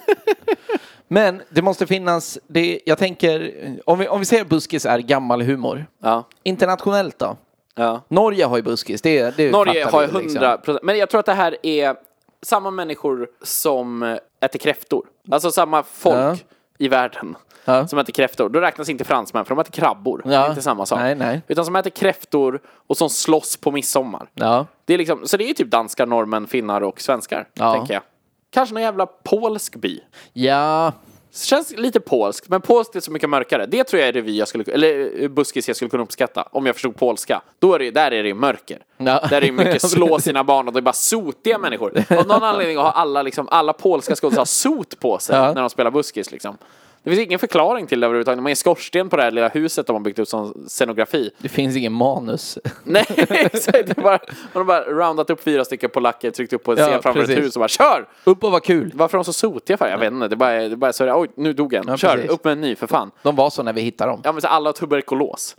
Men det måste finnas, det, jag tänker, om vi, om vi ser buskis är gammal humor. Ja. Internationellt då? Ja. Norge har ju buskis. Det, det Norge har ju hundra procent. Men jag tror att det här är samma människor som äter kräftor. Alltså samma folk ja. i världen ja. som äter kräftor. Då räknas inte fransmän för de äter krabbor. Ja. Det är inte samma sak. Nej, nej. Utan som äter kräftor och som slåss på midsommar. Ja. Det är liksom, så det är ju typ danskar, norrmän, finnar och svenskar, ja. tänker jag. Kanske någon jävla polsk by. Ja. Känns lite polskt, men polskt är så mycket mörkare. Det tror jag är revy jag skulle, eller buskis jag skulle kunna uppskatta om jag förstod polska. Då är det, där är det mörker. Ja. Där är det mycket slå sina barn och det är bara sotiga människor. Av någon anledning har alla, liksom, alla polska skådespelare sot på sig ja. när de spelar buskis liksom. Det finns ingen förklaring till det överhuvudtaget. Man är skorsten på det här lilla huset de har byggt ut som scenografi. Det finns ingen manus. Nej, exakt. Det bara, man har bara roundat upp fyra stycken på lacket, tryckt upp på en scen ja, framför precis. ett hus och bara kör! Upp och var kul. Varför är de så sotiga för? Jag vet inte. Det bara, det bara så oj, nu dog en. Ja, kör, precis. Upp med en ny för fan. De var så när vi hittade dem. Ja, men så alla har tuberkulos.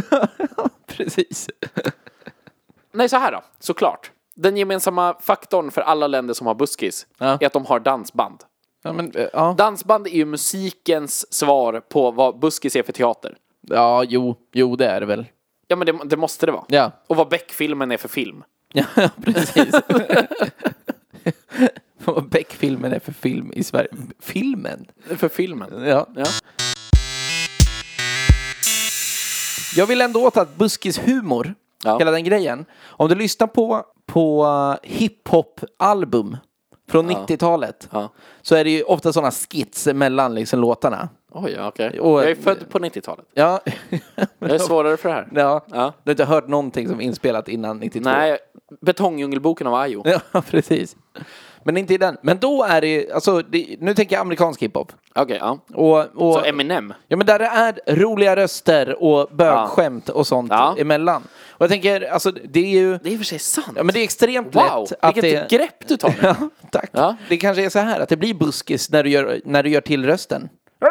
Precis. Nej, så här då. Såklart. Den gemensamma faktorn för alla länder som har buskis ja. är att de har dansband. Ja, men, ja. Dansband är ju musikens svar på vad buskis är för teater. Ja, jo, jo det är det väl. Ja, men det, det måste det vara. Ja. Och vad Beck-filmen är för film. Ja, precis. Vad Beck-filmen är för film i Sverige. Filmen? För filmen. Ja. ja. Jag vill ändå åt att buskishumor, ja. hela den grejen. Om du lyssnar på, på hiphop-album från ja. nittiotalet ja. så är det ju ofta sådana skits mellan liksom låtarna. Oj, ja, okej. Okay. Jag är född på nittiotalet. Ja. Jag är svårare för det här. Ja. ja. Du har inte hört någonting som är inspelat innan nittiotvå? Nej, Betongdjungelboken av Ayo. Ja, precis. Men inte i den. Men då är det, alltså, det, nu tänker jag amerikansk hiphop. Okej, okay, ja. Och, och, så Eminem? Ja, men där det är roliga röster och bögskämt ja. och sånt ja. emellan. Och jag tänker, alltså, det är ju... Det är i och för sig sant. Ja, men det är extremt wow, lätt att vilket det... grepp du tar. Ja, tack. Ja. Det kanske är så här att det blir buskis när du gör, när du gör till rösten.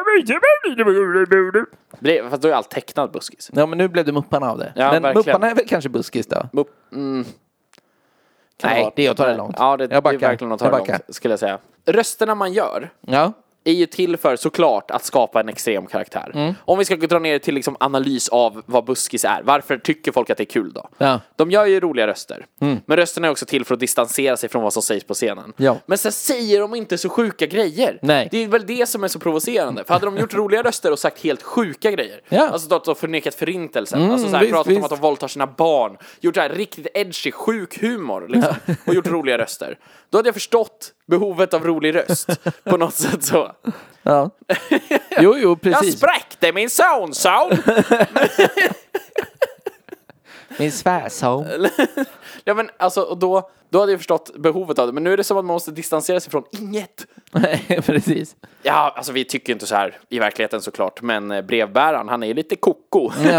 Fast då är allt tecknad buskis. Ja, men nu blev det Mupparna av det. Ja, men verkligen. Mupparna är väl kanske buskis då? Mupp... Mm. Nej, vara... det är att ta det långt. Ja, det, det är verkligen att ta det långt, skulle jag säga. Rösterna man gör ja. är ju till för såklart att skapa en extrem karaktär. Mm. Om vi ska dra ner till liksom analys av vad buskis är. Varför tycker folk att det är kul då? Ja. De gör ju roliga röster. Mm. Men rösterna är också till för att distansera sig från vad som sägs på scenen. Ja. Men sen säger de inte så sjuka grejer. Nej. Det är väl det som är så provocerande. För hade de gjort roliga röster och sagt helt sjuka grejer. Ja. Alltså att de förnekat förintelsen. Mm, alltså så här, visst, pratat visst. om att de våldtar sina barn. Gjort det här riktigt edgy, sjuk humor. Liksom, ja. Och gjort roliga röster. Då hade jag förstått behovet av rolig röst. På något sätt så. Ja. Jo, jo, precis. Jag spräckte min sonson. Min svärson. Ja, men alltså, och då, Då hade jag förstått behovet av det. Men nu är det som att man måste distansera sig från inget. Nej, precis. Ja, alltså vi tycker inte så här i verkligheten såklart. Men brevbäraren, han är lite koko. Ja.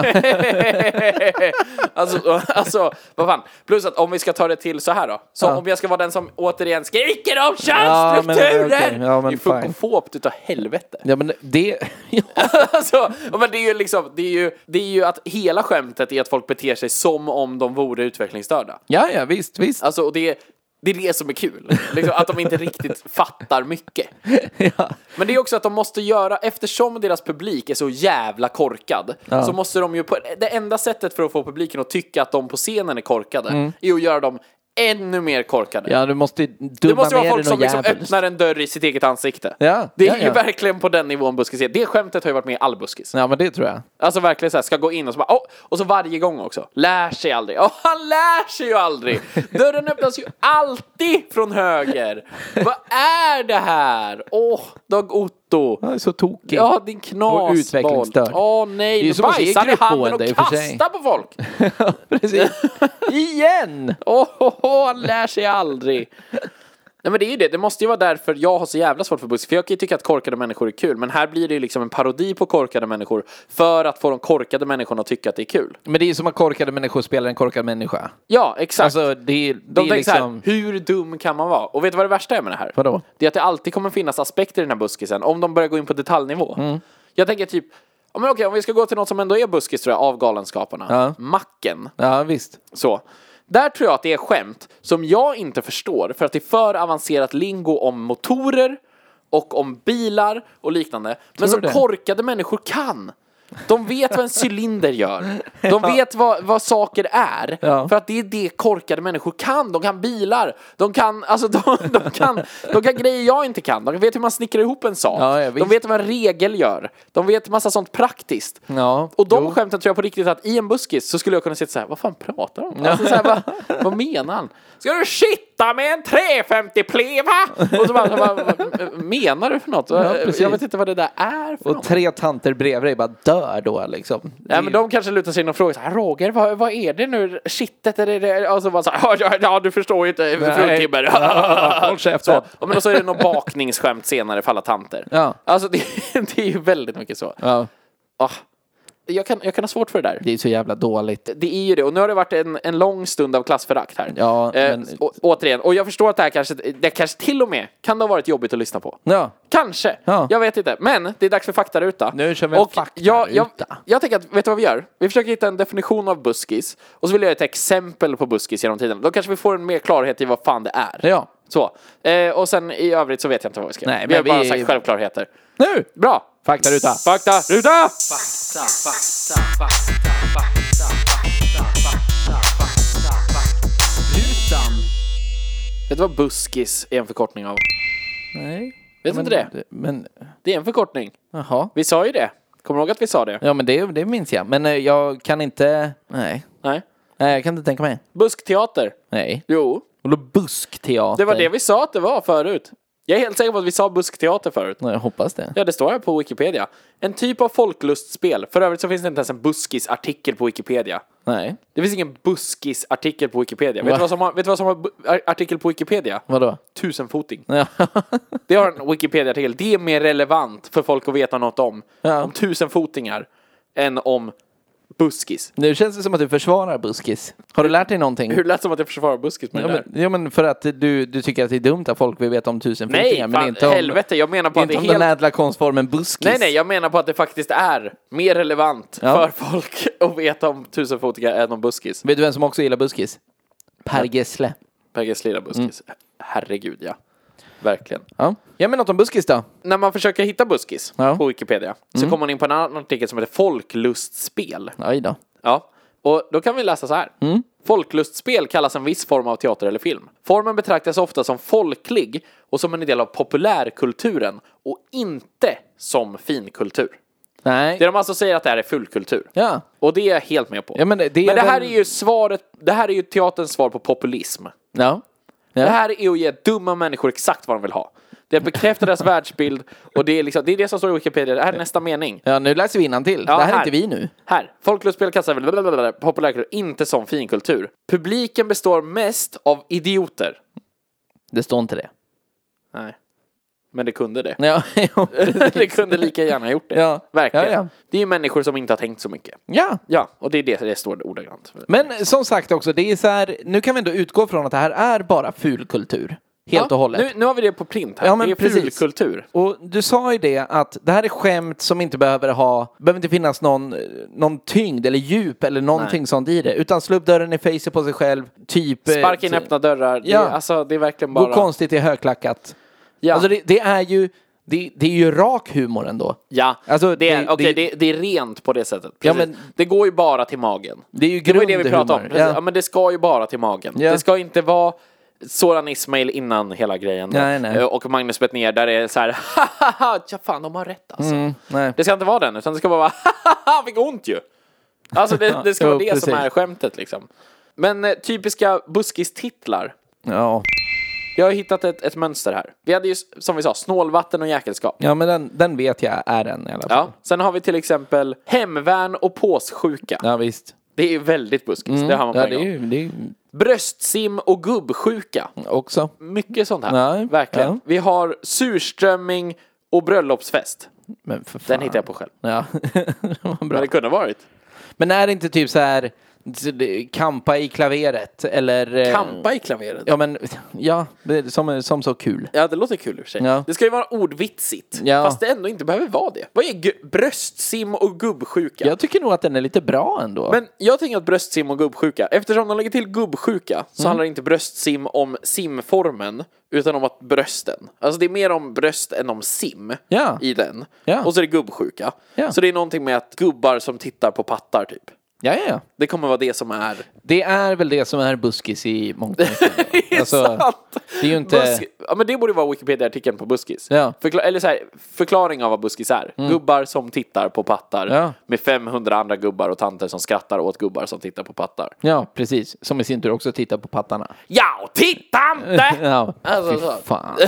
alltså, alltså, vad fan. Plus att om vi ska ta det till så här då. Så ja. Om jag ska vara den som återigen skriker om könsstrukturen. Ja, okay. Ja, det är funkofobt utav helvete. Ja, men det... Ja. alltså, men det är ju liksom, det är ju, det är ju att hela skämtet är att folk beter sig som om de vore utvecklingsstörda. Ja, ja, visst, visst. Alltså, och det är... Det är det som är kul. Liksom, att de inte riktigt fattar mycket. Ja. Men det är också att de måste göra, eftersom deras publik är så jävla korkad, ja. Så måste de ju på, det enda sättet för att få publiken att tycka att de på scenen är korkade mm. är att göra dem ännu mer korkade. Ja, du måste Det måste vara folk som liksom öppnar en dörr i sitt eget ansikte. Ja, det är ja, ju ja. verkligen på den nivån buskis är. Det skämtet har ju varit med i all buskis. Ja, men det tror jag. Alltså verkligen så här, ska gå in och så bara, oh, och så varje gång också. Lär sig aldrig. Oh, han lär sig ju aldrig. Dörren öppnas ju alltid från höger. Vad är det här? Åh, oh, Dag Otto. Han är så tokig. Ja, din knasboll. Åh oh, nej, det är du bajsar i handen och kastar på folk. Ja, precis. Igen! Åh, oh, oh, oh, han lär sig aldrig. Nej, men det är ju det. Det måste ju vara därför jag har så jävla svårt för buskis. För jag kan ju tycka att korkade människor är kul. Men här blir det ju liksom en parodi på korkade människor. För att få de korkade människorna att tycka att det är kul. Men det är ju som att korkade människor spelar en korkad människa. Ja, exakt. Alltså, det, det de är liksom... så här, hur dum kan man vara? Och vet du vad det värsta är med det här? Vadå? Det är att det alltid kommer finnas aspekter i den här buskisen. Om de börjar gå in på detaljnivå. Mm. Jag tänker typ... Ja, men okej, om vi ska gå till något som ändå är buskis tror jag, av Galenskaparna. Ja. Macken. Ja, visst. Så. Där tror jag att det är skämt som jag inte förstår för att det är för avancerat lingo om motorer och om bilar och liknande. Men som korkade människor kan. De vet vad en cylinder gör. De ja. vet vad, vad saker är. Ja. För att det är det korkade människor kan. De kan bilar. De kan, alltså, de, de kan, de kan grejer jag inte kan. De vet hur man snickrar ihop en sak. Ja, ja, de vet vad en regel gör. De vet massa sånt praktiskt. Ja. Och de jo. skämten tror jag på riktigt att i en buskis så skulle jag kunna sitta så här: vad fan pratar de om? Alltså, så här, vad, vad menar han? Ska du shitta med en tre femtio pleva? Och så bara, vad, vad menar du för något? Ja, jag vet inte vad det där är för och något. tre tanter bredvid dig bara dör då liksom. Ja, men de kanske lutar sig in och frågar så här: Roger, vad, vad är det nu? Shittet, är det det? Och så bara så här, ja, ja, du förstår ju inte fruntimmer. Håll käften. Ja, men så är det någon bakningsskämt senare för alla tanter. Ja. Alltså det, det är ju väldigt mycket så. Ja. Oh. Jag kan, jag kan ha svårt för det där. Det är så jävla dåligt. Det är ju det. Och nu har det varit en, en lång stund av klassförakt här. Ja, eh, men... å, återigen. Och jag förstår att det här kanske, det kanske till och med kan det ha varit jobbigt att lyssna på. Ja. Kanske. Ja. Jag vet inte. Men det är dags för faktaruta. Nu kör vi en faktaruta. Jag, jag, jag tänker att, vet du vad vi gör? Vi försöker hitta en definition av buskis. Och så vill jag göra ett exempel på buskis genom tiden. Då kanske vi får en mer klarhet i vad fan det är. Ja. Så. Eh, och sen i övrigt så vet jag inte vad vi ska. Nej, vi har vi... bara sagt självklarheter. Nu! Bra! Faktaruta. Faktaruta! Fakta, fakta, fakta, fakta, fakta, fakta, fakta, faktarutan. Vet du vad buskis är en förkortning av? Nej. Vet du inte det? Men... Det är en förkortning. Jaha. Vi sa ju det. Kommer du ihåg att vi sa det? Ja, men det, det minns jag. Men jag kan inte... Nej. Nej. Nej, jag kan inte tänka mig. Buskteater. Nej. Jo. Och buskteater. Det var det vi sa att det var förut. Jag är helt säker på att vi sa buskteater förut. Nej, jag hoppas det. Ja, det står här på Wikipedia. En typ av folklustspel. För övrigt så finns det inte ens en buskisartikel på Wikipedia. Nej. Det finns ingen buskisartikel på Wikipedia. Vet du vad som har, vet du vad som har bu- artikel på Wikipedia? Vadå? Tusenfoting. Ja. Det har en Wikipedia-artikel. Det är mer relevant för folk att veta något om. Ja. Om tusenfotingar. Än om buskis. Nu känns det som att du försvarar buskis. Har du lärt dig någonting? Hur lät det som att jag försvarar buskis med ja, det där? men, ja, men för att du, du tycker att det är dumt att folk vill veta om tusenfotingar. Nej, men fan, inte om, helvete. Jag menar på att det är om helt... den ädla konstformen buskis. Nej, nej, jag menar på att det faktiskt är mer relevant ja. för folk att veta om tusenfotingar än om buskis. Vet du vem som också gillar buskis? Per Gessle. Per Gessle gillar buskis. Mm. Herregud, ja. Verkligen. Ja. Ja, men något om buskis då? När man försöker hitta buskis ja. på Wikipedia så mm. kommer man in på en annan artikel som heter folklustspel. Oj då. Ja. Och då kan vi läsa så här. Mm. Folklustspel kallas en viss form av teater eller film. Formen betraktas ofta som folklig och som en del av populärkulturen och inte som finkultur. Nej. Det de alltså säger att det här är fullkultur. Ja. Och det är jag helt med på. Ja, men det, det, men det här väl... är ju svaret, det här är ju teaterns svar på populism. Ja. Ja. Det här är att ge dumma människor exakt vad de vill ha. Det bekräftar deras världsbild. Och det är, liksom, det är det som står i Wikipedia. Det här är nästa mening. Ja, nu läser vi innantill. Ja, det här, här är inte vi nu. Här. Folklustspel, kassar, populärkultur. Inte som finkultur. Publiken består mest av idioter. Det står inte det. Nej. Men det kunde det. Ja, jo, det kunde lika gärna gjort det. Ja. Verkligen. Ja, ja. Det är ju människor som inte har tänkt så mycket. Ja. Ja, och det är det det står ordagrant. Men som sagt också, det är så här, nu kan vi ändå utgå från att det här är bara fulkultur. Helt ja, och hållet. Nu, nu har vi det på print här. Ja, men det är precis. fulkultur. Och du sa ju det att det här är skämt som inte behöver ha, behöver inte finnas någon, någon tyngd eller djup eller någonting Nej. sånt i det. Utan slå upp dörren i face på sig själv, typ... Sparka in öppna dörrar. Ja. Det, alltså, det är verkligen bara... Gå konstigt i högklackat. Ja. Alltså det, det är ju... Det, det är ju rak humor ändå. Ja, alltså, det, är, det, okay, det, det, det är rent på det sättet. Ja, men, det går ju bara till magen. Det är ju det var det vi pratade om. Ja. Ja, men det ska ju bara till magen. Ja. Det ska inte vara Soran Ismail innan hela grejen. Nej, nej. Och Magnus Bettner där det är så här, haha, ja fan de har rätt alltså. Mm, nej. Det ska inte vara den, utan det ska bara vara, haha, fick ont ju. Alltså det, det ska vara jo, det precis. som är skämtet liksom. Men eh, typiska buskistitlar. Ja. Jag har hittat ett, ett mönster här. Vi hade ju, som vi sa, snålvatten och jäkelskap. Ja, men den, den vet jag är den i alla fall. Ja. Sen har vi till exempel hemvärn och påssjuka. Ja, visst. Det är ju väldigt buskis. Mm. Det har man på ja, en det är gång. ju, det är ju... Bröstsim och gubbsjuka. Också. Mycket sånt här. Ja. Verkligen. Ja. Vi har surströmming och bröllopsfest. Men för fan. Den hittar jag på själv. Ja, bra. Men det kunde ha varit. Men är det inte typ så här kampa i klaveret eller Kampa i klaveret? Ja, men ja, det, som, som så kul. Ja, det låter kul i och för sig. Ja. Det ska ju vara ordvitsigt. Ja. Fast det ändå inte behöver vara det. Vad är gu- bröstsim och gubbsjuka? Jag tycker nog att den är lite bra ändå. Men jag tänker att bröstsim och gubbsjuka, eftersom de lägger till gubbsjuka så mm. handlar inte bröstsim om simformen utan om att brösten. Alltså det är mer om bröst än om sim ja. i den. Ja. Och så är det gubbsjuka. Ja. Så det är någonting med att gubbar som tittar på pattar typ. Ja, ja, ja. Det kommer vara det som är... Det är väl det som är buskis i mångt och mycket. Det är alltså, sant! Det är ju inte... Busk... Ja, men det borde vara Wikipedia-artikeln på buskis. Ja. Förkla... Eller så här, förklaring av vad buskis är. Mm. Gubbar som tittar på pattar. Ja. Med femhundra andra gubbar och tanter som skrattar åt gubbar som tittar på pattar. Ja, precis. Som i sin tur också tittar på pattarna. Ja, titta inte! Ja, alltså, fy så. fan.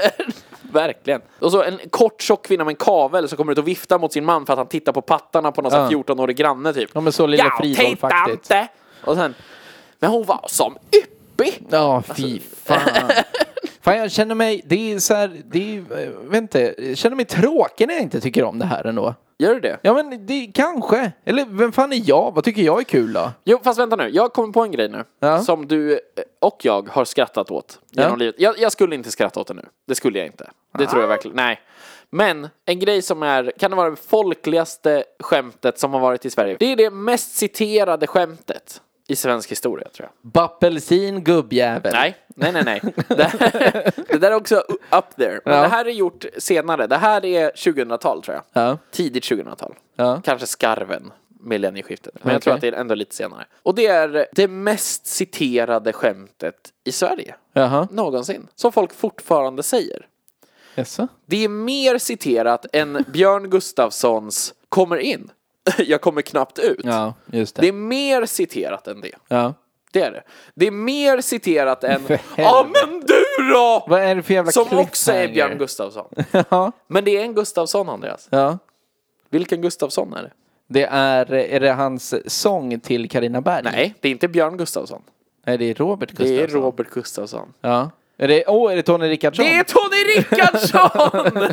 Verkligen. Och så en kort tjock kvinna med en kavel som kommer ut och viftar mot sin man för att han tittar på pattarna på någon ja. fjorton-årig granne typ. Ja, men så lilla Fridolf faktiskt. Inte. Och sen, men hon var som yppig. Ja, fy fan. Fan, jag känner mig, det är så här, det är, jag vet inte, jag känner mig tråkig när jag inte tycker om det här ändå. Gör du det? Ja, men det kanske. Eller vem fan är jag? Vad tycker jag är kul då? Jo, fast vänta nu. Jag kommer på en grej nu. Ja. Som du och jag har skrattat åt genom ja. livet. Jag, jag skulle inte skratta åt det nu. Det skulle jag inte. Det ah. tror jag verkligen. Nej. Men en grej som är, kan det vara det folkligaste skämtet som har varit i Sverige. Det är det mest citerade skämtet i svensk historia, tror jag. Bappelsin gubbjävel. Nej, nej, nej, nej. Det, det där är också up there. Men ja. det här är gjort senare. Det här är tjugohundratal, tror jag. Ja. Tidigt tjugohundratal. Ja. Kanske skarven, millennieskiftet. Men okay. jag tror att det är ändå lite senare. Och det är det mest citerade skämtet i Sverige. Jaha. Någonsin. Som folk fortfarande säger. Jaså? Det är mer citerat än Björn Gustafssons kommer in. Jag kommer knappt ut. Ja, just det. Det är mer citerat än det. Ja. Det är det. Det är mer citerat än ja men du då! Vad är det för jävla som också är Björn Gustafsson. Ja. Men det är en Gustafsson, Andreas. Ja. Vilken Gustafsson är det? Det är, är det hans sång till Carina Berg? Nej, det är inte Björn Gustafsson. Nej, det är Robert Gustafsson. Det är Robert Gustafsson. Ja. Är det, oh, är det Tony Rickardsson? Det är Tony Rickardsson!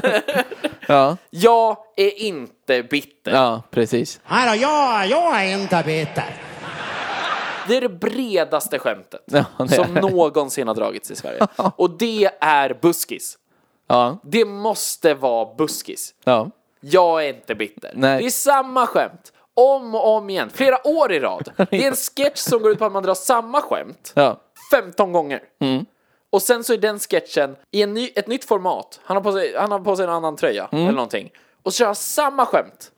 Ja. Jag är inte bitter. Ja, precis. Nej, jag, jag är inte bitter. Det är det bredaste skämtet ja, det som någonsin har dragits i Sverige. Och det är buskis. Ja. Det måste vara buskis. Ja. Jag är inte bitter. Nej. Det är samma skämt. Om och om igen. Flera år i rad. Det är en sketch som går ut på att man drar samma skämt. Ja. femton gånger. Mm. Och sen så är den sketchen i en ny, ett nytt format. Han har på sig, han har på sig en annan tröja. Mm. Eller någonting. Och så kör han samma skämt.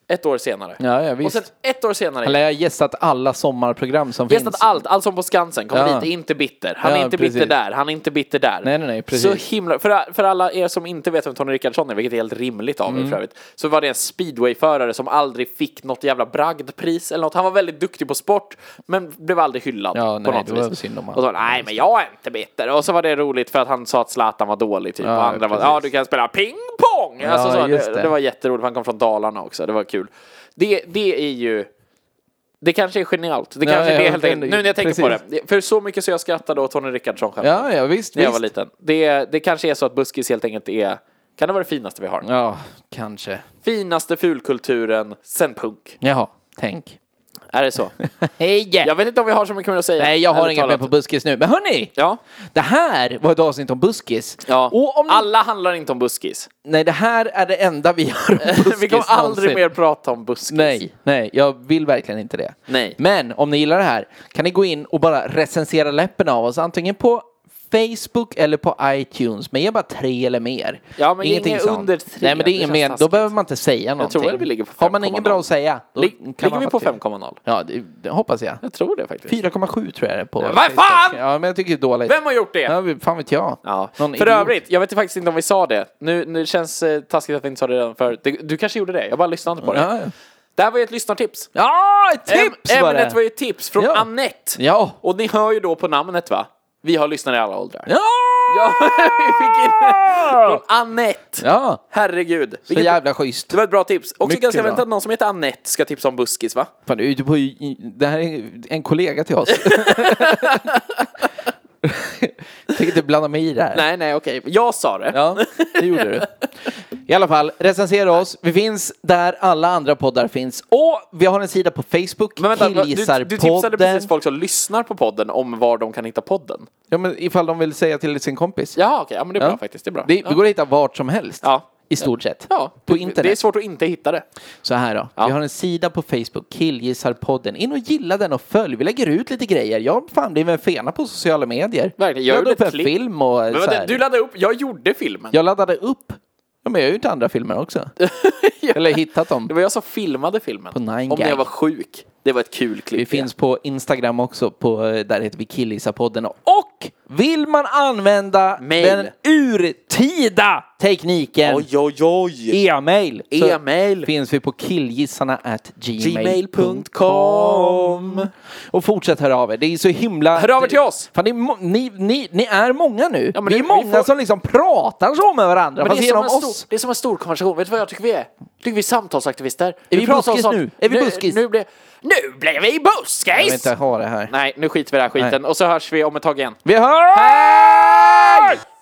ett år senare. Ja, ja, visst. Och sen ett år senare. Eller jag har gästat alla sommarprogram som gästat finns. allt, allt som på Skansen. Kommer Ja. dit, inte bitter. Han Ja, är inte precis. bitter där, han är inte bitter där. Nej, nej, nej, precis. Så himla, för, för alla er som inte vet vem Tony Rickardsson är, vilket är helt rimligt av er Mm. för övrigt, så var det en speedwayförare som aldrig fick något jävla bragdpris eller något. Han var väldigt duktig på sport, men blev aldrig hyllad Ja, på nej, något det var vis. synd om han. Och så var det, nej men jag är inte bitter. Och så var det roligt för att han sa att Zlatan var dålig typ. Ja, och andra var, precis. ja du kan spela pingpong! Ja, alltså, så, just det, det. det var jätteroligt, för han kom från Dalarna också, det var kul. Det, det är ju... Det kanske är genialt. Det Ja, kanske ja, är helt det- enkelt. Nu när jag tänker precis. på det. För så mycket så jag skrattade åt Tony Rickardsson själv. Ja, ja, visst, När jag var visst. liten. Det, det kanske är så att buskis helt enkelt är... Kan det vara det finaste vi har? Ja, kanske. Finaste fulkulturen sen punk. Jaha, tänk. Är det så? Hej! Jag vet inte om vi har så mycket mer att säga. Nej, jag har Ärligt inget mer talat. på buskis nu. Men hörni! Ja. Det här var ett avsnitt om buskis. Ja. Och om ni... Alla handlar inte om buskis. Nej, det här är det enda vi gör om buskis Vi kommer aldrig någonsin. mer prata om buskis. Nej, nej, jag vill verkligen inte det. Nej. Men om ni gillar det här kan ni gå in och bara recensera läppen av oss, antingen på Facebook eller på iTunes, men ge bara tre eller mer. Ja, men Ingenting inget sånt. under tre. Nej, men det är Det inget känns mer. Då taskigt. behöver man inte säga någonting. tror att vi ligger på Har man fem inget komma noll. bra att säga, då Lig- kan ligger man vi få på till. fem komma noll? Ja, det, det hoppas jag. Jag tror det faktiskt. fyra komma sju tror jag det är på Vad Facebook. fan! Ja, men jag tycker det är dåligt. Vem har gjort det? Ja, fan vet jag. Ja. Någon För idiot. övrigt, jag vet faktiskt inte om vi sa det. Nu, nu känns eh, taskigt att vi inte sa det redan för. Du, du kanske gjorde det, jag bara lyssnade på det. Ja, Det här var ju ett lyssnartips. ja ett tips Äm- var det. Ämnet var ju ett tips från Ja. Annette. Ja. Och ni hör ju då på namnet va? Vi har lyssnare i alla åldrar. Ja! Ja, vi fick in från Annette. Ja, Herregud. så Vilket- jävla schysst. Det var ett bra tips. Också Mycket ganska bra. väntat att någon som heter Annette ska tipsa om buskis va? Fan, du är ute på, det här är en kollega till oss. Jag tänker inte blanda mig i det här. Nej, nej, okej. Jag sa det. Ja, det gjorde du. I alla fall, recensera oss. Vi finns där alla andra poddar finns. Och vi har en sida på Facebook, Men vänta, du, du tipsade Killgissarpodden. precis folk som lyssnar på podden om var de kan hitta podden. Ja, men ifall de vill säga till sin kompis. Ja, okej. Ja, men det är bra Ja. faktiskt. Det är bra. Det, ja. det går att hitta vart som helst. Ja. I stort sett. Ja, På det- internet. Det är svårt att inte hitta det. Så här då. Ja. Vi har en sida på Facebook, Killgissarpodden. In och gilla den och följ. Vi lägger ut lite grejer. Jag fan blir en fena på sociala medier. Verkligen. Jag laddade gjorde upp ett en klipp. film och Men så vänta, här. du laddade upp. Jag gjorde filmen. Jag laddade upp. Ja, men jag har ju inte andra filmer också. Eller hittat dem. Det var jag som filmade filmen. På Nine om när jag Gag. var sjuk. Det var ett kul klipp. Vi finns på Instagram också, på, där heter vi Killgissarpodden. Och vill man använda Mail. den urtida tekniken, Oj, oj, oj. e-mail, så E-mail. finns vi på killgissarna at gmail gmail punkt punkt com. com. Och fortsätt höra av er. Det är så himla... Hör av er till oss. Fan, det är må- ni, ni, ni är många nu. Ja, men vi det- är många vi får- som liksom pratar så med varandra. Men Fast det är, som genom en stor, oss. det är som en stor konversation. Vet du vad jag tycker vi är? Jag tycker vi är samtalsaktivister. vi pratar om buskis sånt. nu? Är vi buskis? Nu, nu, blir, nu blir vi buskis! Jag vill inte ha det här. Nej, nu skiter vi i den här skiten. Och så hörs vi om ett tag igen. Vi hörs!